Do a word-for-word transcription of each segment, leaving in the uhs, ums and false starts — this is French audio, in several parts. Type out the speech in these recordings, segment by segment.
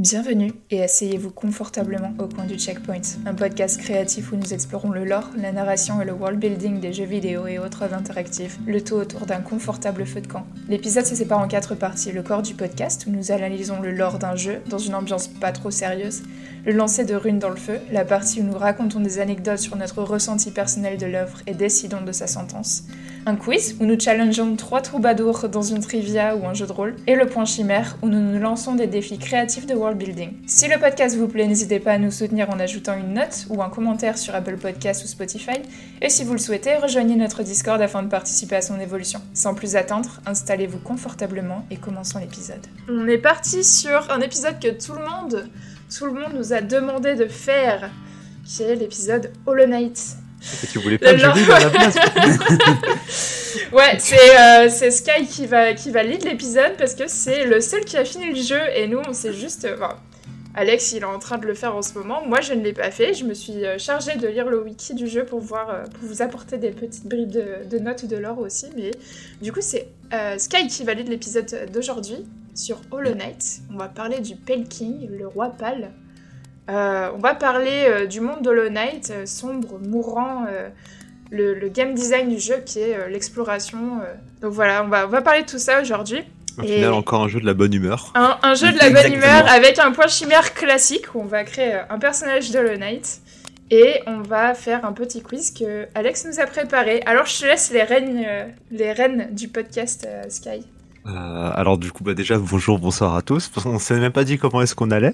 Bienvenue et asseyez-vous confortablement au coin du Checkpoint, un podcast créatif où nous explorons le lore, la narration et le world building des jeux vidéo et autres œuvres interactives, le tout autour d'un confortable feu de camp. L'épisode se sépare en quatre parties, le corps du podcast où nous analysons le lore d'un jeu dans une ambiance pas trop sérieuse, le lancer de runes dans le feu, la partie où nous racontons des anecdotes sur notre ressenti personnel de l'œuvre et décidons de sa sentence, un quiz où nous challengeons trois troubadours dans une trivia ou un jeu de rôle, et le point chimère où nous nous lançons des défis créatifs de world building. Si le podcast vous plaît, n'hésitez pas à nous soutenir en ajoutant une note ou un commentaire sur Apple Podcasts ou Spotify, et si vous le souhaitez, rejoignez notre Discord afin de participer à son évolution. Sans plus attendre, installez-vous confortablement et commençons l'épisode. On est parti sur un épisode que tout le monde, tout le monde nous a demandé de faire, qui est l'épisode Hollow Knight. Et tu voulais pas que je lise à la place. Ouais, c'est, euh, c'est Sky qui va, qui va lead l'épisode parce que c'est le seul qui a fini le jeu et nous on s'est juste... Enfin, Alex il est en train de le faire en ce moment, moi je ne l'ai pas fait, je me suis chargée de lire le wiki du jeu pour, voir, pour vous apporter des petites bribes de, de notes de lore aussi, mais du coup c'est euh, Sky qui va lead l'épisode d'aujourd'hui sur Hollow Knight. On va parler du Pale King, le roi pâle. Euh, on va parler euh, du monde d'Hollow Knight, euh, sombre, mourant, euh, le, le game design du jeu qui est euh, l'exploration. Euh. Donc voilà, on va, on va parler de tout ça aujourd'hui. Au Et final, encore un jeu de la bonne humeur. Un, un jeu de la bonne humeur avec un point chimère classique où on va créer un personnage d'Hollow Knight et on va faire un petit quiz que Alex nous a préparé. Alors je te laisse les rênes, euh, les rênes du podcast euh, Sky. Euh, alors du coup, bah déjà bonjour, bonsoir à tous. Parce qu'on s'est même pas dit comment est-ce qu'on allait.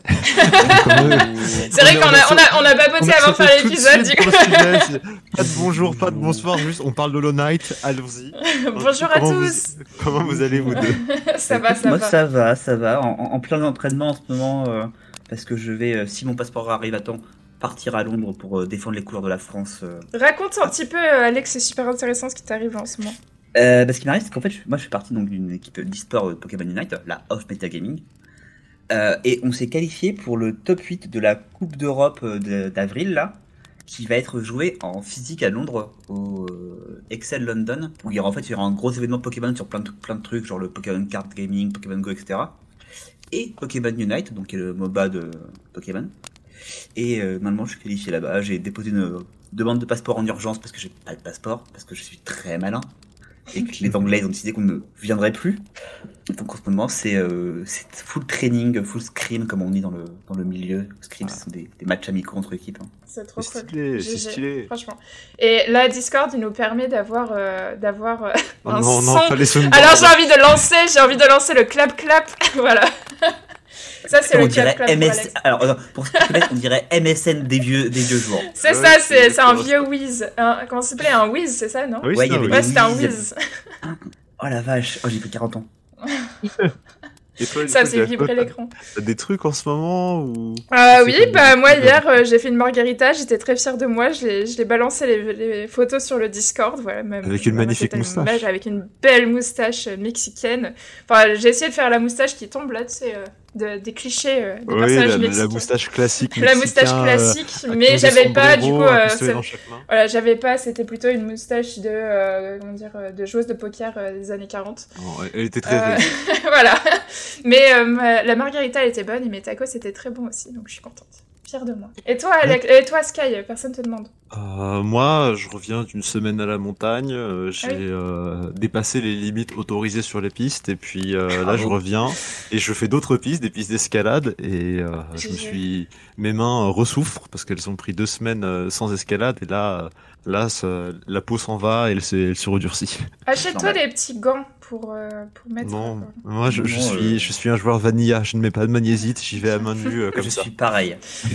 C'est vrai qu'on a, on a, on a papoté avant de faire l'épisode. Du coup. Sujet, pas de bonjour, pas de bonsoir, juste on parle d'Hollow Knight. Allons-y. Bonjour à comment tous. Vous, comment vous allez vous deux? Ça va, ça Moi, va. ça va, ça va. En, en plein entraînement en ce moment, euh, parce que je vais, euh, si mon passeport arrive à temps, partir à Londres pour euh, défendre les couleurs de la France. Euh... Raconte un petit peu, Alex, c'est super intéressant ce qui t'arrive en ce moment. Euh, bah, ce qui m'arrive, c'est qu'en fait, je, moi, je fais partie donc d'une équipe d'e-sport de Pokémon Unite, la Off Metagaming, euh, et on s'est qualifié pour le top huit de la Coupe d'Europe de, d'avril, là, qui va être jouée en physique à Londres, au euh, Excel London, où il y aura en fait il y aura un gros événement Pokémon sur plein de, plein de trucs, genre le Pokémon Card Gaming, Pokémon Go, et cetera. Et Pokémon Unite, donc qui est le MOBA de Pokémon. Et euh, maintenant, je suis qualifié là-bas. J'ai déposé une demande de passeport en urgence parce que j'ai pas de passeport, parce que je suis très malin. Et que les Anglais ont décidé qu'on ne viendrait plus. Donc en ce moment, c'est, euh, c'est full training, full scrim, comme on dit dans le, dans le milieu. Scrim, ah. Ce sont des, des matchs amicaux entre équipes. Hein. C'est trop c'est cool. Stylé, c'est stylé. Franchement. Et là, Discord, il nous permet d'avoir, euh, d'avoir euh, oh un non, son. Non, pas les sons. Alors j'ai envie de lancer, j'ai envie de lancer le clap clap. Voilà. Ça, c'est on le dirait clap clap M S... pour Alex. Alors, non, pour ce qui est, on dirait M S N des vieux, des vieux jours. C'est ouais, ça, c'est, c'est, c'est un vieux whiz. Un, comment ça s'appelait? Un whiz, c'est ça, non? Oui, ouais, c'est un oui. Ouais, c'était un whiz. Oh la vache, oh, j'ai pris quarante ans. Et toi, Ça coup, faisait vibrer t'as, l'écran. T'as des trucs en ce moment ou... Euh, oui, bah moi hier euh, j'ai fait une margarita, j'étais très fière de moi, je l'ai, je l'ai balancé les, les photos sur le Discord, voilà. Même, avec une vraiment, magnifique moustache. Image, avec une belle moustache mexicaine. Enfin, j'ai essayé de faire la moustache qui tombe là, tu sais, euh, de, des clichés euh, des oui, personnages la, mexicains. la moustache classique. La moustache classique, euh, mais j'avais pas du coup. Euh, c'est... Voilà, j'avais pas, c'était plutôt une moustache de, euh, comment dire, de joueuse de poker euh, des années quarante. Oh, elle était très. Euh, voilà. Mais euh, la margarita elle était bonne et mes tacos étaient très bons aussi, donc je suis contente. Fière de moi. Et toi, Alex, et toi Sky, personne te demande. Euh, moi, je reviens d'une semaine à la montagne. Euh, j'ai ah oui. euh, dépassé les limites autorisées sur les pistes, et puis euh, là, je reviens et je fais d'autres pistes, des pistes d'escalade, et euh, je me suis, mes mains euh, ressouffrent parce qu'elles ont pris deux semaines euh, sans escalade, et là, euh, là, ça, la peau s'en va et elle se, elle se redurcit. Achète-toi des petits gants pour euh, pour mettre. Non, euh, moi, je, je non, suis, euh... je suis un joueur vanilla. Je ne mets pas de magnésites, j'y vais à main nue euh, comme je ça. Je suis pareil.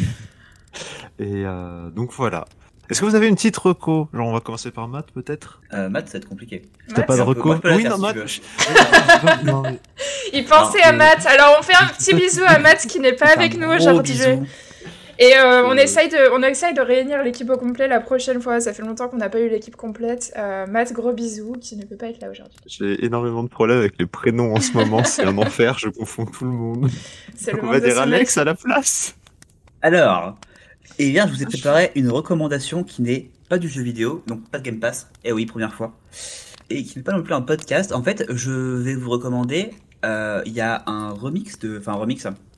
Et euh, donc voilà. Est-ce que vous avez une petite reco? Genre on va commencer par Matt peut-être. Euh, Matt, ça va être compliqué. T'as pas de reco? Oui, non, Matt. non, mais... Il pensait ah, à Matt. Alors on fait un petit bisou à Matt qui n'est pas avec nous aujourd'hui. Et euh, on essaye de, on essaye de réunir l'équipe au complet la prochaine fois. Ça fait longtemps qu'on n'a pas eu l'équipe complète. Euh, Matt, gros bisous, qui ne peut pas être là aujourd'hui. J'ai énormément de problèmes avec les prénoms en ce moment. C'est un enfer. Je confonds tout le monde. C'est Donc le on va dire Alex mec. à la place. Alors, eh bien, je vous ai préparé une recommandation qui n'est pas du jeu vidéo, donc pas de Game Pass. Eh oui, première fois. Et qui n'est pas non plus un podcast. En fait, je vais vous recommander. Il euh, y a un remix de, enfin un remix.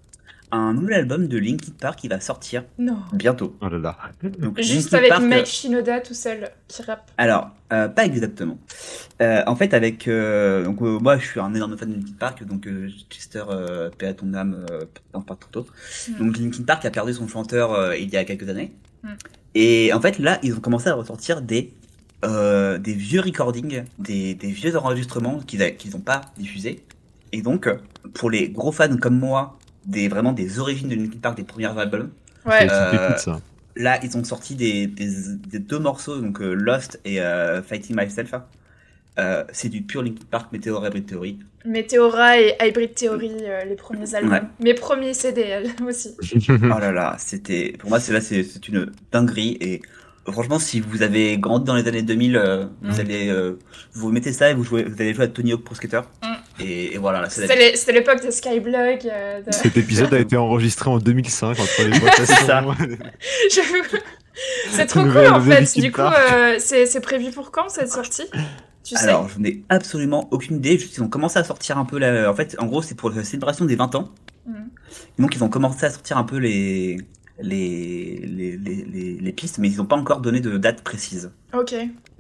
un nouvel album de Linkin Park qui va sortir Non. bientôt. Oh là là. Donc, Juste Linkin avec Park, Mike Shinoda tout seul qui rappe. Alors, euh, pas exactement. Euh, en fait, avec euh, donc euh, moi, je suis un énorme fan de Linkin Park, donc euh, Chester, euh, paix à ton âme, euh, non pas trop tôt. Mm. Donc Linkin Park a perdu son chanteur euh, il y a quelques années. Mm. Et en fait, là, ils ont commencé à ressortir des euh, des vieux recordings, des, des vieux enregistrements qu'ils a- qu'ils n'ont pas diffusés. Et donc, pour les gros fans comme moi, des vraiment des origines de Linkin Park, des premiers albums. Ouais. C'est une Euh, pépite, ça. Là, ils ont sorti des, des, des deux morceaux, donc euh, Lost et euh, Fighting Myself. Euh, c'est du pur Linkin Park, Meteor Hybrid Theory. Meteora et Hybrid Theory, euh, les premiers albums. Ouais. Mes premiers C D euh, aussi. Oh là là, c'était pour moi c'est là c'est c'est une dinguerie et franchement si vous avez grandi dans les années deux mille, euh, vous Mm. allez euh, vous mettez ça et vous jouez vous allez jouer à Tony Hawk Pro Skater Mm. et, et voilà là c'est la C'était les- c'était l'époque des Skyblock. euh, de- Cet épisode a été enregistré en deux mille cinq entre les votations. ça. Je- C'est trop Le cool nouvel en album fait. Linkin Du coup, Park. euh, c'est c'est prévu pour quand cette sortie? Tu sais? Alors, je n'ai absolument aucune idée. Juste, ils ont commencé à sortir un peu la... En fait, en gros, c'est pour la célébration des vingt ans. Mhm. Donc, ils ont commencé à sortir un peu les, les, les, les, les, les pistes, mais ils n'ont pas encore donné de date précise. Ok.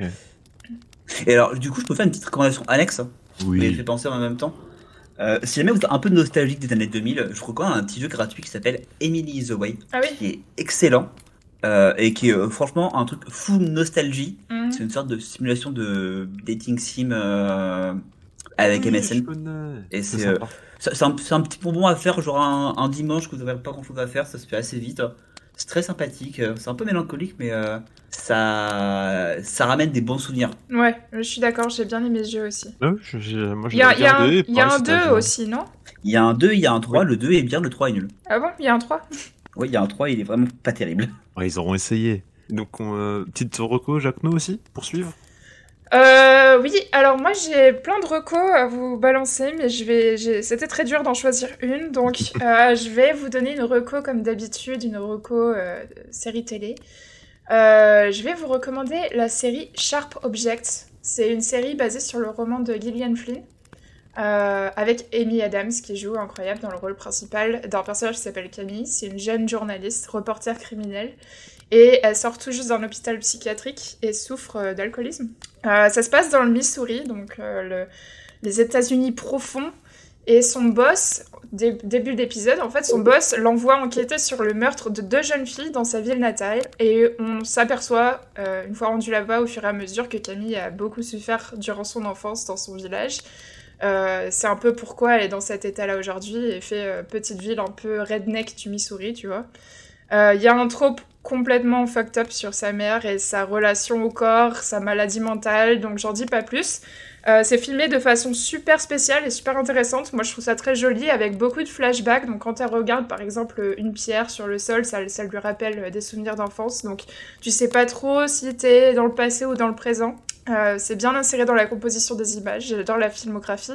Et alors, du coup, je peux faire une petite recommandation annexe, mais je Oui. vais penser en même temps. Euh, si jamais vous êtes un peu nostalgique des années deux mille, je recommande un petit jeu gratuit qui s'appelle Emily is Away, Ah oui. qui est excellent euh, et qui est euh, franchement un truc full nostalgie. Mhm. C'est une sorte de simulation de dating sim euh, avec Oui, M S je N. connais. Et C'est c'est euh, sympa. ça- c'est un, c'est un petit bonbon à faire, genre un, un dimanche que vous n'avez pas grand chose à faire, ça se fait assez vite. C'est très sympathique, euh, c'est un peu mélancolique, mais euh, ça, ça ramène des bons souvenirs. Ouais, je suis d'accord, j'ai bien aimé ce jeu aussi. Ah oui, je- j'ai- moi, Il y a, j'ai il y a un, regardé. il y a pareil, un c'était deux agréable. aussi, non? Il y a un deux, il y a un trois, le deux est bien, le trois est nul. Ah bon? Il y a un trois? Oui, il y a un trois, il est vraiment pas terrible. Ouais, ils auront essayé. Donc, on, euh, petite reco, Jacno aussi, pour suivre. Euh, oui, alors moi j'ai plein de recos à vous balancer, mais je vais, j'ai- c'était très dur d'en choisir une, donc euh, je vais vous donner une reco comme d'habitude, une reco euh, de série télé. Euh, je vais vous recommander la série Sharp Objects. C'est une série basée sur le roman de Gillian Flynn, euh, avec Amy Adams qui joue incroyable dans le rôle principal d'un personnage qui s'appelle Camille. C'est une jeune journaliste, reporter criminelle. Et elle sort tout juste d'un hôpital psychiatrique et souffre euh, d'alcoolisme. Euh, ça se passe dans le Missouri, donc euh, le- les États-Unis profonds. Et son boss, dé- début d'épisode, en fait, son boss l'envoie enquêter sur le meurtre de deux jeunes filles dans sa ville natale. Et on s'aperçoit, euh, une fois rendu là-bas, au fur et à mesure, que Camille a beaucoup souffert durant son enfance dans son village. Euh, c'est un peu pourquoi elle est dans cet état-là aujourd'hui et fait euh, petite ville un peu redneck du Missouri, tu vois. Il euh, y a un trope complètement fucked up sur sa mère et sa relation au corps, sa maladie mentale, donc j'en dis pas plus. Euh, c'est filmé de façon super spéciale et super intéressante. Moi, je trouve ça très joli avec beaucoup de flashbacks. Donc, quand elle regarde, par exemple, une pierre sur le sol, ça, ça lui rappelle des souvenirs d'enfance. Donc, tu sais pas trop si t'es dans le passé ou dans le présent. Euh, c'est bien inséré dans la composition des images. J'adore la filmographie.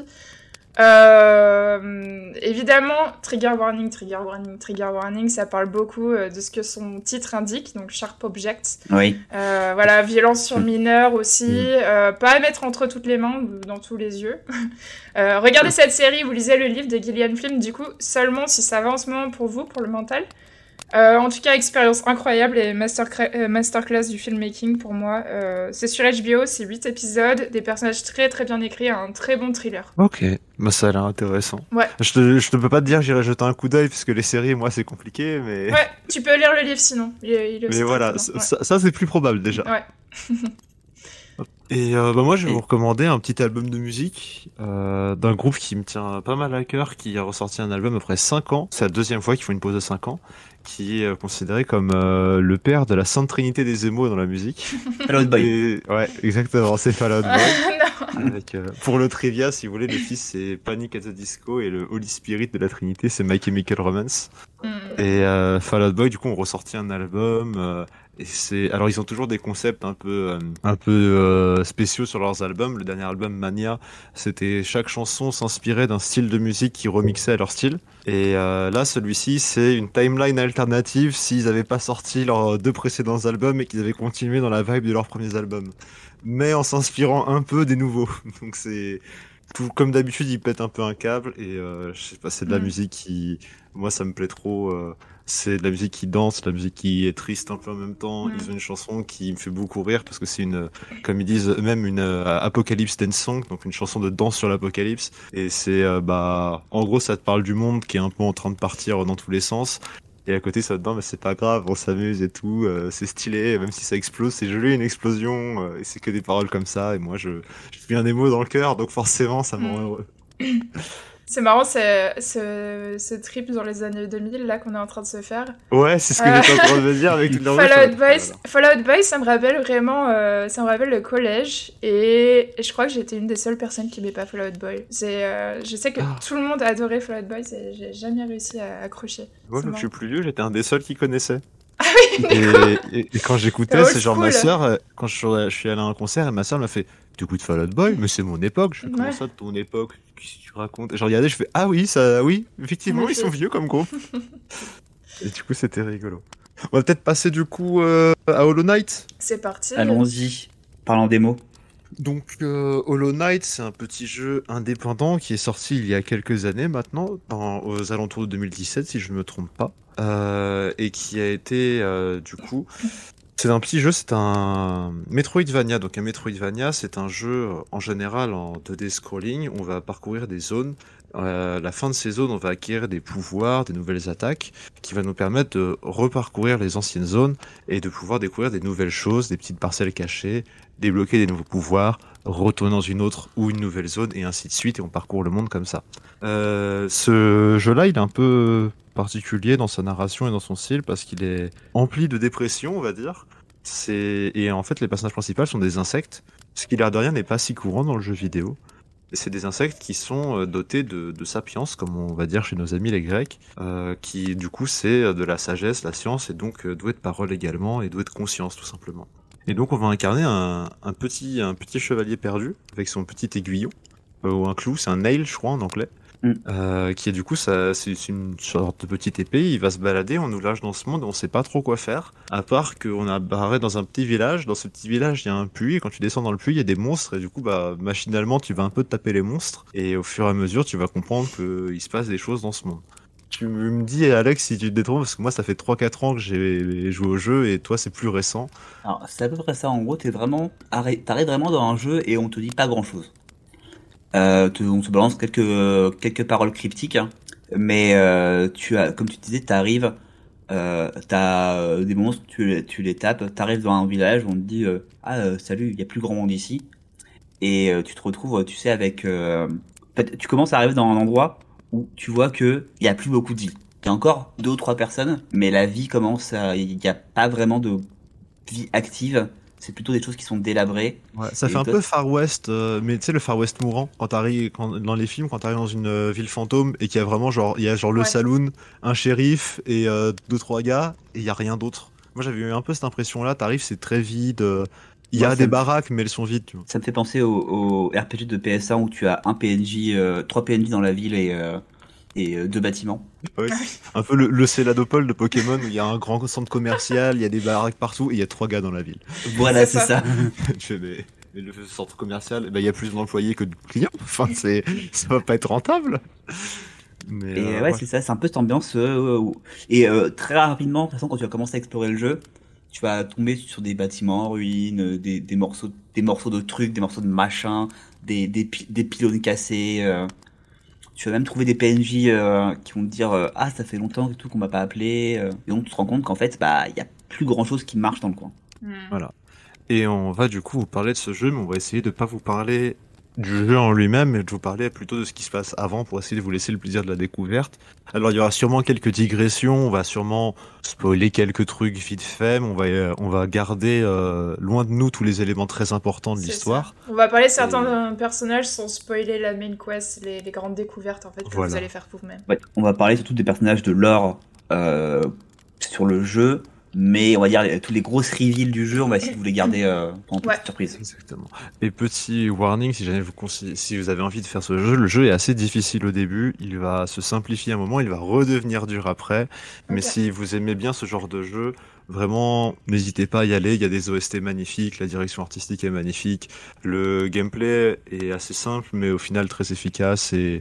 Euh, évidemment, trigger warning, trigger warning, trigger warning, ça parle beaucoup euh, de ce que son titre indique, donc Sharp Objects. Oui. Euh, voilà, violence sur mineurs aussi, Mm. euh, pas à mettre entre toutes les mains ou dans tous les yeux. Euh, regardez cette série, vous lisez le livre de Gillian Flynn, du coup, seulement si ça va en ce moment pour vous, pour le mental. Euh, en tout cas, expérience incroyable et mastercra- euh, masterclass du filmmaking pour moi. Euh, c'est sur H B O, c'est huit épisodes, des personnages très très bien écrits, un très bon thriller. Ok, bah, ça a l'air intéressant. Ouais. Je te, je te peux pas te dire que j'irai jeter un coup d'œil, puisque les séries, moi, c'est compliqué, mais... Ouais, tu peux lire le livre sinon. Il est, il est aussi Mais très, voilà, très ça, bien. Ouais. ça, ça, c'est plus probable déjà. Ouais. Et euh, bah, moi, je vais Et- vous recommander un petit album de musique euh, d'un groupe qui me tient pas mal à cœur, qui a ressorti un album après cinq ans. C'est la deuxième fois qu'ils font une pause de cinq ans, qui est euh, considéré comme euh, le père de la Sainte Trinité des émos dans la musique. Fall Out Boy. Et, ouais, exactement, c'est Fall Out Boy. non. Avec, euh, pour le trivia, si vous voulez, le fils c'est Panic at the Disco et le Holy Spirit de la Trinité c'est My Chemical Romance. Mm. Et euh, Fall Out Boy, du coup, ont ressorti un album. Euh, et c'est, alors ils ont toujours des concepts un peu, euh, un peu euh, spéciaux sur leurs albums. Le dernier album Mania, c'était chaque chanson s'inspirait d'un style de musique qui remixait à leur style. Et euh, là, celui-ci, c'est une timeline alternative s'ils n'avaient pas sorti leurs deux précédents albums et qu'ils avaient continué dans la vibe de leurs premiers albums, mais en s'inspirant un peu des nouveaux. Donc c'est tout comme d'habitude, ils pètent un peu un câble et euh, je sais pas, c'est de la Mm. musique qui Moi, ça me plaît trop. euh, C'est de la musique qui danse, la musique qui est triste un peu en même temps. Mm. Ils ont une chanson qui me fait beaucoup rire parce que c'est une, comme ils disent eux-mêmes, une euh, apocalypse dance song, donc une chanson de danse sur l'apocalypse. Et c'est, euh, bah, en gros, ça te parle du monde qui est un peu en train de partir dans tous les sens. Et à côté, ça te dit, non, mais c'est pas grave, on s'amuse et tout, euh, c'est stylé, même si ça explose, c'est joli, une explosion, euh, et c'est que des paroles comme ça. Et moi, je, je suis un émo dans le cœur, donc forcément, ça me rend Mm. heureux. C'est marrant ce, ce, ce trip dans les années deux mille là qu'on est en train de se faire. Ouais, c'est ce que Euh, j'étais en train de me dire avec toute Fallout l'ambiance. Boys, Fallout Boys, ça me rappelle vraiment, euh, ça me rappelle le collège et, et je crois que j'étais une des seules personnes qui n'aimait pas Fallout Boy. C'est, euh, je sais que Ah. tout le monde a adoré Fallout Boys et j'ai jamais réussi à accrocher. Moi, C'est vu que je suis marrant. plus vieux, j'étais un des seuls qui connaissait. Ah oui, du coup, Et, et, et quand j'écoutais, old c'est genre ma school. sœur, euh, quand je, suis- je suis allé à un concert, et ma sœur m'a fait, tu écoutes Fall Out Boy? Mais c'est mon époque. Je fais, comment Ouais. ça de ton époque? Qu'est-ce que tu racontes? Et je regardais, je fais, ah oui, ça, oui, effectivement, En ils effet. sont vieux comme groupe. Et du coup, c'était rigolo. On va peut-être passer du coup euh, à Hollow Knight. C'est parti. Allons-y, parlant des mots. Donc, euh, Hollow Knight, c'est un petit jeu indépendant qui est sorti il y a quelques années maintenant, dans, aux alentours de deux mille dix-sept, si je ne me trompe pas, euh, et qui a été, euh, du coup, c'est un petit jeu, c'est un Metroidvania. Donc, un Metroidvania, c'est un jeu euh, en général en deux D scrolling. On va parcourir des zones. Euh, à la fin de ces zones, on va acquérir des pouvoirs, des nouvelles attaques, qui va nous permettre de reparcourir les anciennes zones et de pouvoir découvrir des nouvelles choses, des petites parcelles cachées, débloquer des nouveaux pouvoirs, retourner dans une autre ou une nouvelle zone, et ainsi de suite, et on parcourt le monde comme ça. Euh, ce jeu-là, il est un peu particulier dans sa narration et dans son style, parce qu'il est empli de dépression, on va dire. C'est... Et en fait, les personnages principaux sont des insectes, ce qui, l'air de rien, n'est pas si courant dans le jeu vidéo. Et c'est des insectes qui sont euh, dotés de, de sapiens, comme on va dire chez nos amis les Grecs, euh, qui du coup c'est de la sagesse, la science, et donc euh, doué de parole également, et doué de conscience tout simplement. Et donc on va incarner un, un, petit, un petit chevalier perdu, avec son petit aiguillon, euh, ou un clou, c'est un nail je crois en anglais, Mm. euh, qui est du coup ça, c'est c'est une sorte de petite épée, il va se balader, on nous lâche dans ce monde, on sait pas trop quoi faire, à part qu'on a barré dans un petit village, dans ce petit village il y a un puits, et quand tu descends dans le puits il y a des monstres, et du coup bah machinalement tu vas un peu te taper les monstres, et au fur et à mesure tu vas comprendre qu'il se passe des choses dans ce monde. Tu me dis Alex si tu te détrompe, parce que moi ça fait trois quatre ans que j'ai joué au jeu, et toi c'est plus récent. Alors, c'est à peu près ça. En gros, t'es vraiment, arri- t'arrives vraiment dans un jeu et on te dit pas grand chose. Euh, te- on te balance quelques, euh, quelques paroles cryptiques, hein. Mais euh, tu as, comme tu disais, t'arrives, euh, t'as euh, des monstres, tu, les- tu les tapes, t'arrives dans un village, on te dit euh, ah euh, salut, il y a plus grand monde ici, et euh, tu te retrouves, tu sais, avec, euh, en fait, tu commences à arriver dans un endroit où tu vois que il y a plus beaucoup de vie. Il y a encore deux ou trois personnes, mais la vie commence à, il y a pas vraiment de vie active. C'est plutôt des choses qui sont délabrées. Ouais, ça Et fait un toi- peu Far West, euh, mais tu sais le Far West mourant, quand t'arrives quand, dans les films, quand t'arrives dans une euh, ville fantôme et qu'il y a vraiment genre, il y a genre le Ouais. saloon, un shérif et euh, deux trois gars et il y a rien d'autre. Moi j'avais eu un peu cette impression-là. T'arrives, c'est très vide. euh, Il y Ouais, a ça des me- baraques, mais elles sont vides. Tu vois. Ça me fait penser au, au R P G de P S un où tu as un P N J, euh, trois P N J dans la ville et, euh, et euh, deux bâtiments. Ouais. Un peu le, le Céladopole de Pokémon où il y a un grand centre commercial, il y a des baraques partout et il y a trois gars dans la ville. Voilà, C'est c'est ça. ça. Tu fais, mais, mais le centre commercial, eh ben, il y a plus d'employés que de clients. Enfin, c'est, ça va pas être rentable. Mais, Et euh, ouais, ouais. c'est ça, c'est un peu cette ambiance. euh, où- Et euh, très rapidement, de toute façon, quand tu vas commencer à explorer le jeu, tu vas tomber sur des bâtiments en ruine, euh, des, des morceaux, des morceaux de trucs, des morceaux de machins, des, des, pi- des pylônes cassés. euh. Tu vas même trouver des P N J euh, qui vont te dire euh, ah ça fait longtemps et tout qu'on m'a pas appelé. euh. Et donc tu te rends compte qu'en fait bah il y a plus grand chose qui marche dans le coin. Hmm. Et on va du coup vous parler de ce jeu, mais on va essayer de pas vous parler du jeu en lui-même, mais de vous parler plutôt de ce qui se passe avant pour essayer de vous laisser le plaisir de la découverte. Alors il y aura sûrement quelques digressions, on va sûrement spoiler quelques trucs vite fait, mais on va, euh, on va garder euh, loin de nous tous les éléments très importants de C'est l'histoire. ça. On va parler de certains personnages sans spoiler la main quest, les, les grandes découvertes en fait que Voilà. vous allez faire vous-même. Ouais, on va parler surtout des personnages de lore euh, sur le jeu, mais on va dire les- tous les grosses reveals du jeu, on va essayer de vous les garder euh, pendant toute Ouais. cette surprise. Exactement. Et petit warning, si jamais vous consi- si vous avez envie de faire ce jeu, le jeu est assez difficile au début, il va se simplifier à un moment, il va redevenir dur après. Mais Ok. si vous aimez bien ce genre de jeu, vraiment, n'hésitez pas à y aller. Il y a des O S T magnifiques, la direction artistique est magnifique, le gameplay est assez simple, mais au final très efficace et,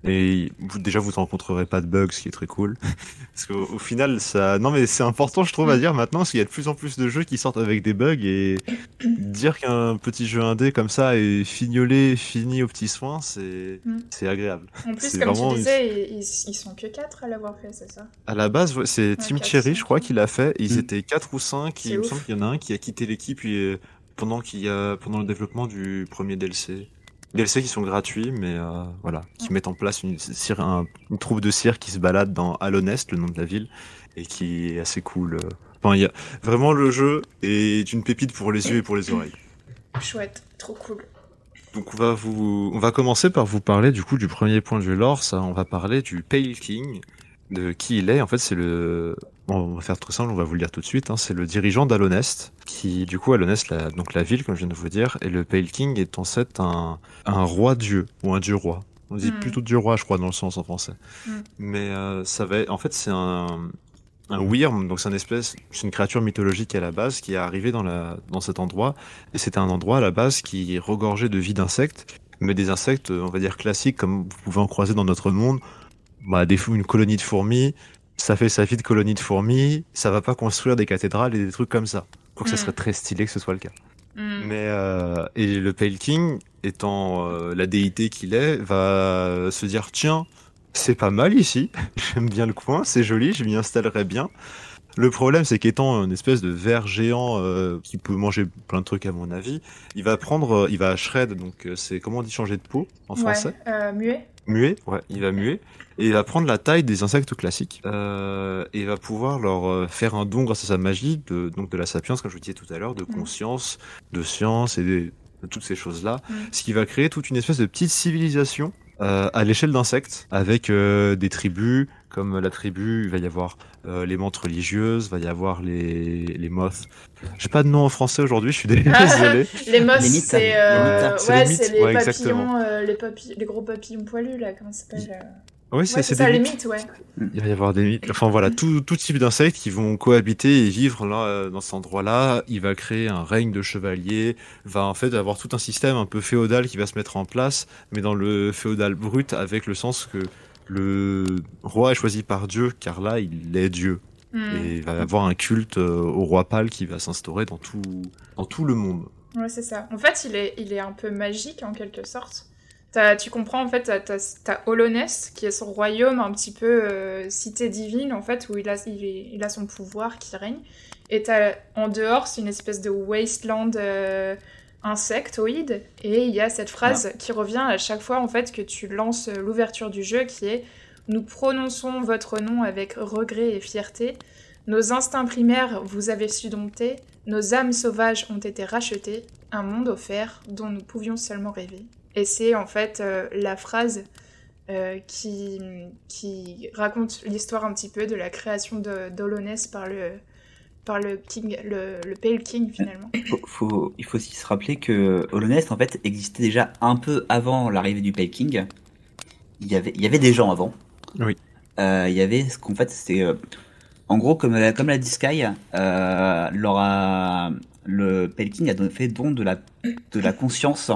Et vous, déjà, vous ne rencontrerez pas de bugs, ce qui est très cool. Parce qu'au au final, ça. Non, mais c'est important, je trouve, à dire maintenant, parce qu'il y a de plus en plus de jeux qui sortent avec des bugs. Et dire qu'un petit jeu indé comme ça est fignolé, fini aux petits soins, c'est Mm. c'est agréable. En plus, C'est comme tu vraiment une- disais, ils, ils- ils sont que quatre à l'avoir fait, c'est ça? À la base, ouais, c'est Team quatre, Cherry, cinq, je crois, qui l'a fait. Ils Mm. étaient quatre ou cinq. C'est Il me ouf. semble qu'il y en a un qui a quitté l'équipe et, pendant, qu'il y a, pendant le développement du premier D L C. D L C qui sont gratuits, mais euh, voilà, qui mettent en place une, cire- un- une troupe de cirque qui se balade dans Alonest, le nom de la ville, et qui est assez cool. euh. Enfin, il y a vraiment le jeu est une pépite pour les yeux et pour les oreilles. Chouette, trop cool. Donc on va vous, on va commencer par vous parler du coup du premier point du lore. Ça, on va parler du Pale King, de qui il est. En fait, c'est le, bon, on va faire très simple, on va vous le dire tout de suite. Hein, c'est le dirigeant d'Alonest, qui du coup Alonest, la, donc la ville, comme je viens de vous dire, et le Pale King est en fait un, un roi dieu ou un dieu roi. On dit Mm. plutôt dieu roi, je crois, dans le sens en français. Mm. Mais euh, ça va, en fait, c'est un un wyrm, donc c'est une espèce, c'est une créature mythologique à la base qui est arrivée dans la dans cet endroit, et c'était un endroit à la base qui est regorgé de vie d'insectes, mais des insectes, on va dire classiques, comme vous pouvez en croiser dans notre monde. Bah, des fou- une colonie de fourmis, ça fait sa vie de colonie de fourmis, ça va pas construire des cathédrales et des trucs comme ça. Quoique ça Mm. serait très stylé que ce soit le cas. Mm. Mais euh, et le Pale King, étant euh, la déité qu'il est, va se dire tiens, c'est pas mal ici, j'aime bien le coin, c'est joli, je m'y installerai bien. Le problème, c'est qu'étant une espèce de ver géant euh, qui peut manger plein de trucs à mon avis, il va prendre, euh, il va shred, donc euh, c'est comment on dit changer de peau en français? Ouais, euh, muet. Muer, ouais, il va muer et il va prendre la taille des insectes classiques euh, et il va pouvoir leur euh, faire un don grâce à sa magie, de, donc de la sapience, comme je vous disais tout à l'heure, de Mm. conscience, de science et des- de toutes ces choses-là, Mm. ce qui va créer toute une espèce de petite civilisation euh, à l'échelle d'insectes, avec euh, des tribus, comme la tribu, il va y avoir euh, les menthes religieuses, va y avoir les, les moths. J'ai pas de nom en français aujourd'hui, je suis désolé. Les moths, Les mythes, c'est les euh, mythes. C'est ouais, les c'est mythes, les ouais, papillons, exactement. euh, les, papi- les gros papillons poilus là, comment ça s'appelle euh Oui, c'est Ouais, c'est c'est ça, des les mythes. mythes, ouais. Il va y avoir des mythes. Enfin voilà, tout, tout type d'insectes qui vont cohabiter et vivre là, euh, dans cet endroit-là. Il va créer un règne de chevaliers, va en fait avoir tout un système un peu féodal qui va se mettre en place, mais dans le féodal brut, avec le sens que le roi est choisi par Dieu, car là, il est Dieu. Mm. Et il va y avoir un culte euh, au roi pâle qui va s'instaurer dans tout, dans tout le monde. Ouais, c'est ça. En fait, il est, il est un peu magique en quelque sorte. T'as- tu comprends, en fait, t'as, t'as, t'as Holonest, qui est son royaume, un petit peu euh, cité divine, en fait, où il a, il, est- il a son pouvoir qui règne. Et t'as, en dehors, c'est une espèce de wasteland euh, insectoïde. Et il y a cette phrase qui revient à chaque fois, en fait, que tu lances l'ouverture du jeu, qui est « Nous prononçons votre nom avec regret et fierté. Nos instincts primaires vous avez su dompter. Nos âmes sauvages ont été rachetées. Un monde offert dont nous pouvions seulement rêver. » Et c'est en fait euh, la phrase euh, qui, qui raconte l'histoire un petit peu de la création de, d'Holonest par le, par le, king, le, le Pale King finalement. Faut, faut- il faut aussi se rappeler que Holonest en fait existait déjà un peu avant l'arrivée du Pale King. Il y avait, il y avait des gens avant. Oui. Euh, il y avait ce qu'en fait c'était euh, en gros comme la, comme l'a dit Sky, euh, leur a- le Pale King a don- fait don de la de la conscience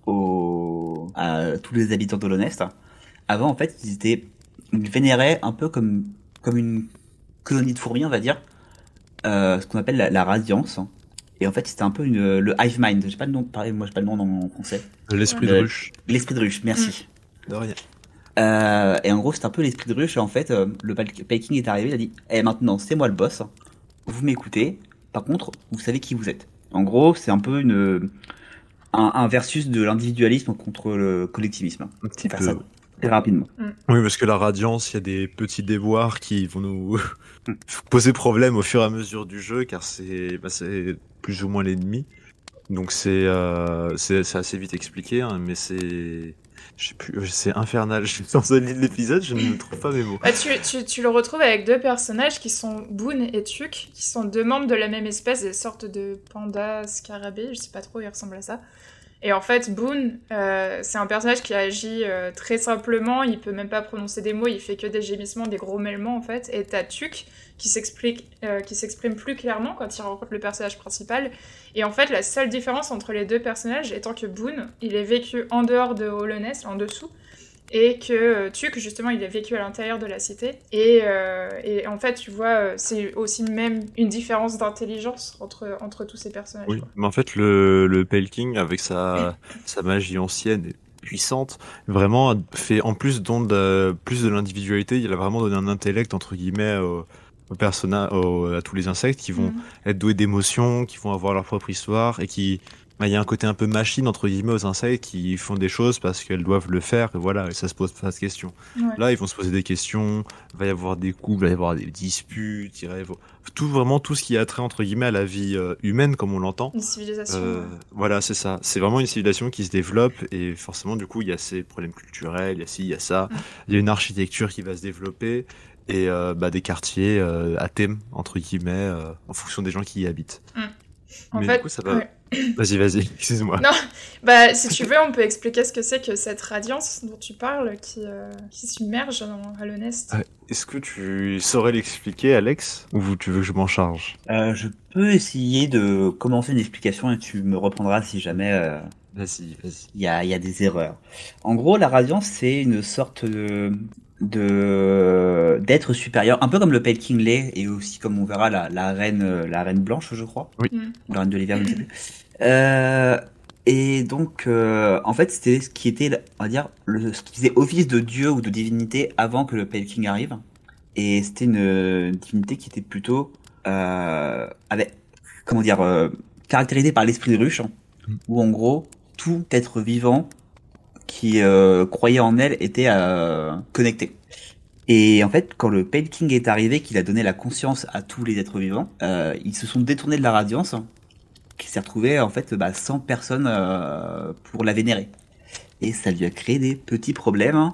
aux, à tous les habitants d'Holonest. Avant en fait ils étaient ils vénéraient un peu comme comme une colonie de fourmis on va dire, euh, ce qu'on appelle la, la radiance. Et en fait, c'était un peu une, le hive mind. J'ai pas le nom, pareil, moi j'ai pas le nom en français. L'esprit Le- de ruche. L'esprit de ruche, merci. De rien. Euh, et en gros, c'est un peu l'esprit de ruche. Et en fait, euh, le Pal- Pale King est arrivé, il a dit Eh, maintenant, c'est moi le boss. Vous m'écoutez. Par contre, vous savez qui vous êtes. En gros, c'est un peu une, un, un versus de l'individualisme contre le collectivisme. Un petit Faire peu. ça très rapidement. Oui, parce que la radiance, il y a des petits déboires qui vont nous poser problème au fur et à mesure du jeu, car c'est bah, c'est plus ou moins l'ennemi. Donc c'est euh, c'est c'est assez vite expliqué, hein, mais c'est je sais plus, c'est infernal. Je suis dans un lit de l'épisode, je ne trouve pas mes mots. Bah, tu, tu, tu le retrouves avec deux personnages qui sont Boone et Tuk, qui sont deux membres de la même espèce, des sortes de pandas scarabées, je sais pas trop, ils ressemblent à ça. Et en fait, Boone, euh, c'est un personnage qui agit euh, très simplement, il peut même pas prononcer des mots, il fait que des gémissements, des grommellements en fait. Et t'as Tuk qui s'explique, euh, qui s'exprime plus clairement quand il rencontre le personnage principal. Et en fait, la seule différence entre les deux personnages étant que Boone, il est vécu en dehors de Holonest, en dessous, et que euh, Tuc, justement, il a vécu à l'intérieur de la cité. Et, euh, et en fait, tu vois, euh, c'est aussi même une différence d'intelligence entre, entre tous ces personnages. Oui, quoi. mais en fait, le, le Pale King, avec sa, sa magie ancienne et puissante, vraiment fait, en plus, don de, plus de l'individualité, il a vraiment donné un intellect, entre guillemets, aux, aux personnages, aux- à tous les insectes qui vont Mhm. être doués d'émotions, qui vont avoir leur propre histoire, et qui, bah, il y a un côté un peu machine, entre guillemets, aux insectes qui font des choses parce qu'elles doivent le faire, et voilà, et ça se pose pas de questions. Ouais. Là, ils vont se poser des questions, il va y avoir des coups, il va y avoir des disputes, il va y avoir tout, vraiment tout ce qui a trait, entre guillemets, à la vie euh, humaine, comme on l'entend. Une civilisation. Euh, ouais. voilà, c'est ça. C'est vraiment une civilisation qui se développe et forcément, du coup, il y a ces problèmes culturels, il y a ci, il y a ça. Mm. Il y a une architecture qui va se développer et euh, bah, des quartiers euh, à thème, entre guillemets, euh, en fonction des gens qui y habitent. Mm. En Mais fait, du coup, ça va. ouais. Vas-y, vas-y, excuse-moi. Non, bah si tu veux, on peut expliquer ce que c'est que cette radiance dont tu parles qui, euh, qui submerge dans Halonest. Ouais. Est-ce que tu saurais l'expliquer, Alex, ou tu veux que je m'en charge? Euh, je peux essayer de commencer une explication et tu me reprendras si jamais euh, Vas-y, vas-y. il y a, il y a des erreurs. En gros, la radiance, c'est une sorte de, de d'être supérieur, un peu comme le Pale King l'est, et aussi comme on verra la, la reine, euh, la reine blanche, je crois, Mm. ou la reine de l'hiver, je ne sais plus. Euh, et donc, euh, en fait, c'était ce qui était, on va dire, le, ce qui faisait office de dieu ou de divinité avant que le Pale King arrive. Et c'était une, une divinité qui était plutôt, euh, avec, comment dire, euh, caractérisée par l'esprit de ruche, hein, Mm. où en gros, tout être vivant qui euh, croyait en elle était euh, connecté. Et en fait, quand le Pale King est arrivé, qu'il a donné la conscience à tous les êtres vivants, euh, ils se sont détournés de la radiance, hein, qui s'est retrouvé en fait bah, sans personne euh, pour la vénérer. Et ça lui a créé des petits problèmes. hein.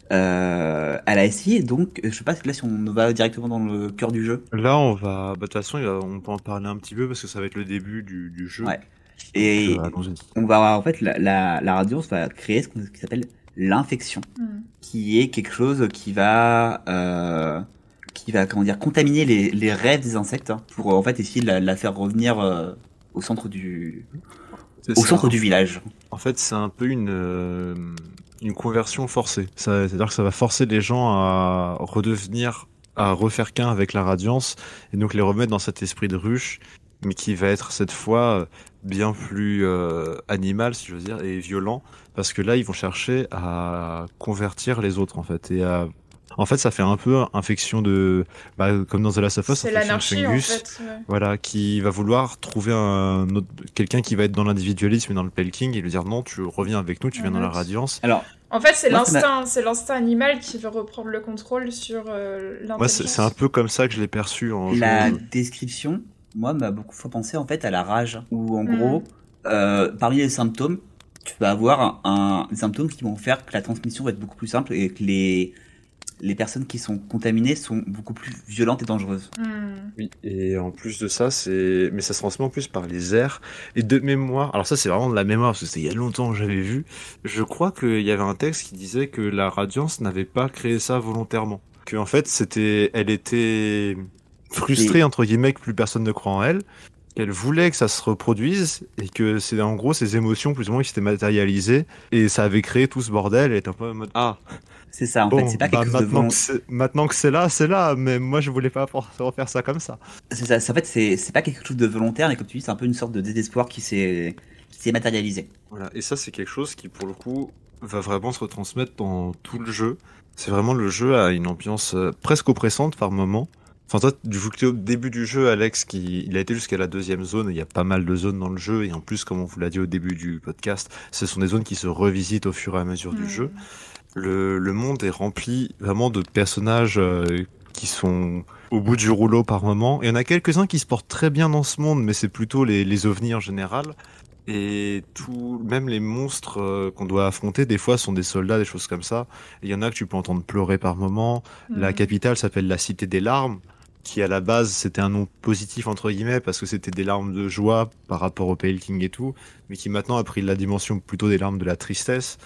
Euh, elle a essayé, donc je sais pas là si on va directement dans le cœur du jeu. Là, on va. Bah, de toute façon, il va- on peut en parler un petit peu parce que ça va être le début du, du jeu. Ouais. Donc, Et euh, allons-y. on va avoir, en fait la, la, la radiance va créer ce qu'on- ce qui s'appelle l'infection, Mm. qui est quelque chose qui va euh, qui va comment dire contaminer les, les rêves des insectes hein, pour en fait essayer de la, la faire revenir euh, au centre du C'est au ça. centre du village. En fait, c'est un peu une, euh, une conversion forcée. Ça- C'est-à-dire que ça va forcer les gens à redevenir, à refaire qu'un avec la radiance, et donc les remettre dans cet esprit de ruche, mais qui va être cette fois euh, bien plus euh, animal, si je veux dire, et violent, parce que là, ils vont chercher à convertir les autres, en fait, et à... En fait, ça fait un peu infection de... Bah, comme dans The Last of Us, C'est infection de l'anarchie en fungus. fait. ouais. Voilà, qui va vouloir trouver un autre, quelqu'un qui va être dans l'individualisme et dans le Pale King et lui dire non, tu reviens avec nous, tu viens Un dans la autre. radiance. Alors En fait, c'est Moi, ça m'a- l'instinct, c'est l'instinct animal qui veut reprendre le contrôle sur euh, l'intelligence. Moi, c'est c'est un peu comme ça que je l'ai perçu en la jouant. description, moi, m'a beaucoup fait penser en fait à la rage, où en Mm. gros, euh, parmi les symptômes, tu vas avoir un, des symptômes qui vont faire que la transmission va être beaucoup plus simple et que les les personnes qui sont contaminées sont beaucoup plus violentes et dangereuses. Mm. Oui, et en plus de ça, c'est, mais ça se transmet en plus par les airs et de mémoire. Alors ça, c'est vraiment de la mémoire parce que c'était il y a longtemps que j'avais vu. Je crois qu'il y avait un texte qui disait que la radiance n'avait pas créé ça volontairement. Que en fait, c'était, elle était frustrée entre guillemets que plus personne ne croit en elle. Qu'elle voulait que ça se reproduise et que c'est en gros ses émotions plus ou moins qui s'étaient matérialisées et ça avait créé tout ce bordel. Elle était un peu en mode ah. C'est ça, en Bon, fait, c'est pas bah, quelque chose de maintenant, volont- que c'est, maintenant que c'est là, c'est là, mais moi je voulais pas for- refaire ça comme ça. C'est ça, c'est- en fait, c'est c'est pas quelque chose de volontaire, mais comme tu dis, c'est un peu une sorte de désespoir qui s'est qui s'est matérialisé. Voilà, et ça c'est quelque chose qui pour le coup va vraiment se retransmettre dans tout le jeu. C'est vraiment le jeu a une ambiance euh, presque oppressante par moment. Enfin toi, du coup que t'es au début du jeu, Alex, qui il a été jusqu'à la deuxième zone, et il y a pas mal de zones dans le jeu, et en plus, comme on vous l'a dit au début du podcast, ce sont des zones qui se revisitent au fur et à mesure du Mm. jeu. Le, le monde est rempli vraiment de personnages euh, qui sont au bout du rouleau par moment. Et il y en a quelques-uns qui se portent très bien dans ce monde, mais c'est plutôt les, les ovnis en général. Et tout, même les monstres euh, qu'on doit affronter, des fois, sont des soldats, des choses comme ça. Et il y en a que tu peux entendre pleurer par moment. La Mm. capitale s'appelle la Cité des Larmes, qui à la base c'était un nom positif entre guillemets parce que c'était des larmes de joie par rapport au Pale King et tout, mais qui maintenant a pris la dimension plutôt des larmes de la tristesse.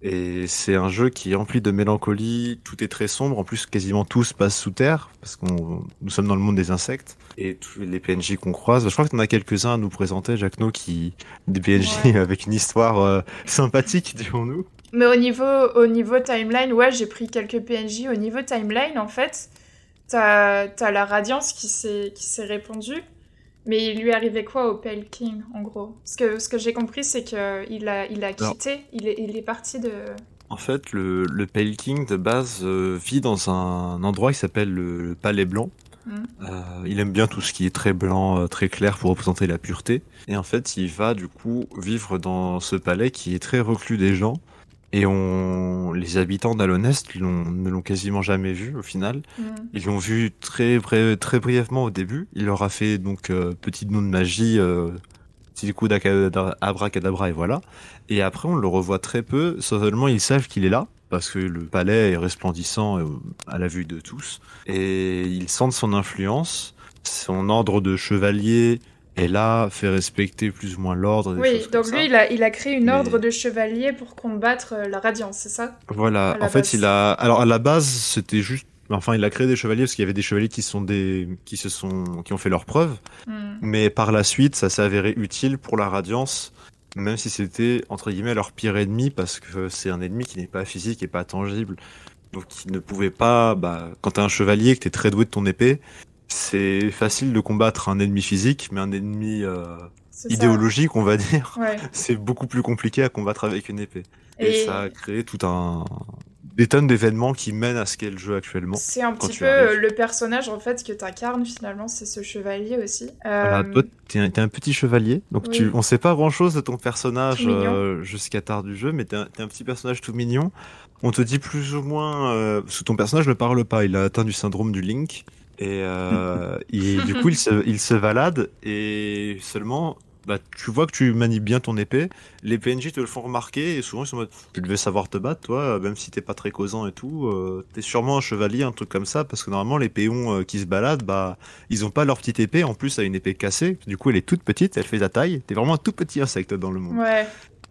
Et c'est un jeu qui est rempli de mélancolie, tout est très sombre, en plus quasiment tout se passe sous terre, parce qu'on nous sommes dans le monde des insectes, et tous les P N J qu'on croise, je crois que t'en as quelques-uns à nous présenter, Jacno, qui des P N J Ouais. avec une histoire euh, sympathique, dirons-nous. Mais au niveau, au niveau timeline, ouais, j'ai pris quelques P N J. Au niveau timeline, en fait, t'as, t'as la Radiance qui s'est, qui s'est répandue. Mais il lui arrivait quoi au Pale King, en gros? Ce que, ce que j'ai compris, c'est qu'il a, il a Alors, quitté, il est, il est parti de... en fait, le, le Pale King de base euh, vit dans un endroit qui s'appelle le, le Palais Blanc. Hmm. Euh, il aime bien tout ce qui est très blanc, euh, très clair pour représenter la pureté. Et en fait, il va du coup vivre dans ce palais qui est très reclus des gens. Et on, les habitants d'Alonest l'ont- ne l'ont quasiment jamais vu au final. Hmm. Ils l'ont vu très, bré- très brièvement au début. Il leur a fait donc euh, petit nom de magie, euh, petit coup d'abracadabra et voilà. Et après, on le revoit très peu. Seulement, ils savent qu'il est là parce que le palais est resplendissant euh, à la vue de tous. Et ils sentent son influence. Son ordre de chevalier est là, fait respecter plus ou moins l'ordre, des Oui, choses comme donc ça. lui, il a, il a créé une Mais- ordre de chevaliers pour combattre euh, la Radiance, c'est ça? Voilà, À la en fait, base. il a. Alors à la base, c'était juste. Enfin, il a créé des chevaliers parce qu'il y avait des chevaliers qui sont des, qui se sont, qui ont fait leurs preuves. Hmm. Mais par la suite, ça s'est avéré utile pour la Radiance, même si c'était entre guillemets leur pire ennemi parce que c'est un ennemi qui n'est pas physique et pas tangible. Donc, il ne pouvait pas. Bah, quand t'es un chevalier, que t'es très doué de ton épée, c'est facile de combattre un ennemi physique, mais un ennemi euh, C'est ça. idéologique, on va dire, Ouais. c'est beaucoup plus compliqué à combattre avec une épée. Et, Et ça a créé tout un des tonnes d'événements qui mènent à ce qu'est le jeu actuellement. c'est un quand petit tu peu arrives. euh, le personnage en fait que t'incarnes finalement, c'est ce chevalier aussi. Voilà, Euh, toi, t'es un, t'es un petit chevalier, donc oui. tu, on sait pas grand chose de ton personnage Tout mignon. euh, jusqu'à tard du jeu, mais t'es un, t'es un petit personnage tout mignon. On te dit plus ou moins, euh, parce que ton personnage ne parle pas, il a atteint du syndrome du Link, et, euh, et du coup il se, il se balade, et seulement, bah, tu vois que tu manies bien ton épée, les P N J te le font remarquer, et souvent ils sont en mode, tu devais savoir te battre, toi, même si t'es pas très causant et tout, euh, t'es sûrement un chevalier, un truc comme ça, parce que normalement les péons euh, qui se baladent, bah, ils ont pas leur petite épée, en plus, elle a une épée cassée, du coup elle est toute petite, elle fait ta taille, t'es vraiment un tout petit insecte dans le monde. Ouais.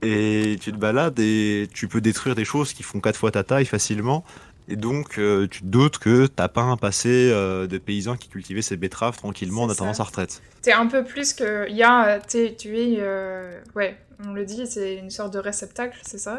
Et tu te balades et tu peux détruire des choses qui font quatre fois ta taille facilement. Et donc, euh, tu te doutes que t'as pas un passé euh, de paysan qui cultivait ses betteraves tranquillement en C'est attendant ça. sa retraite. T'es un peu plus que. Il y a. t'es- Tu es. euh, Ouais, on le dit, c'est une sorte de réceptacle, c'est ça?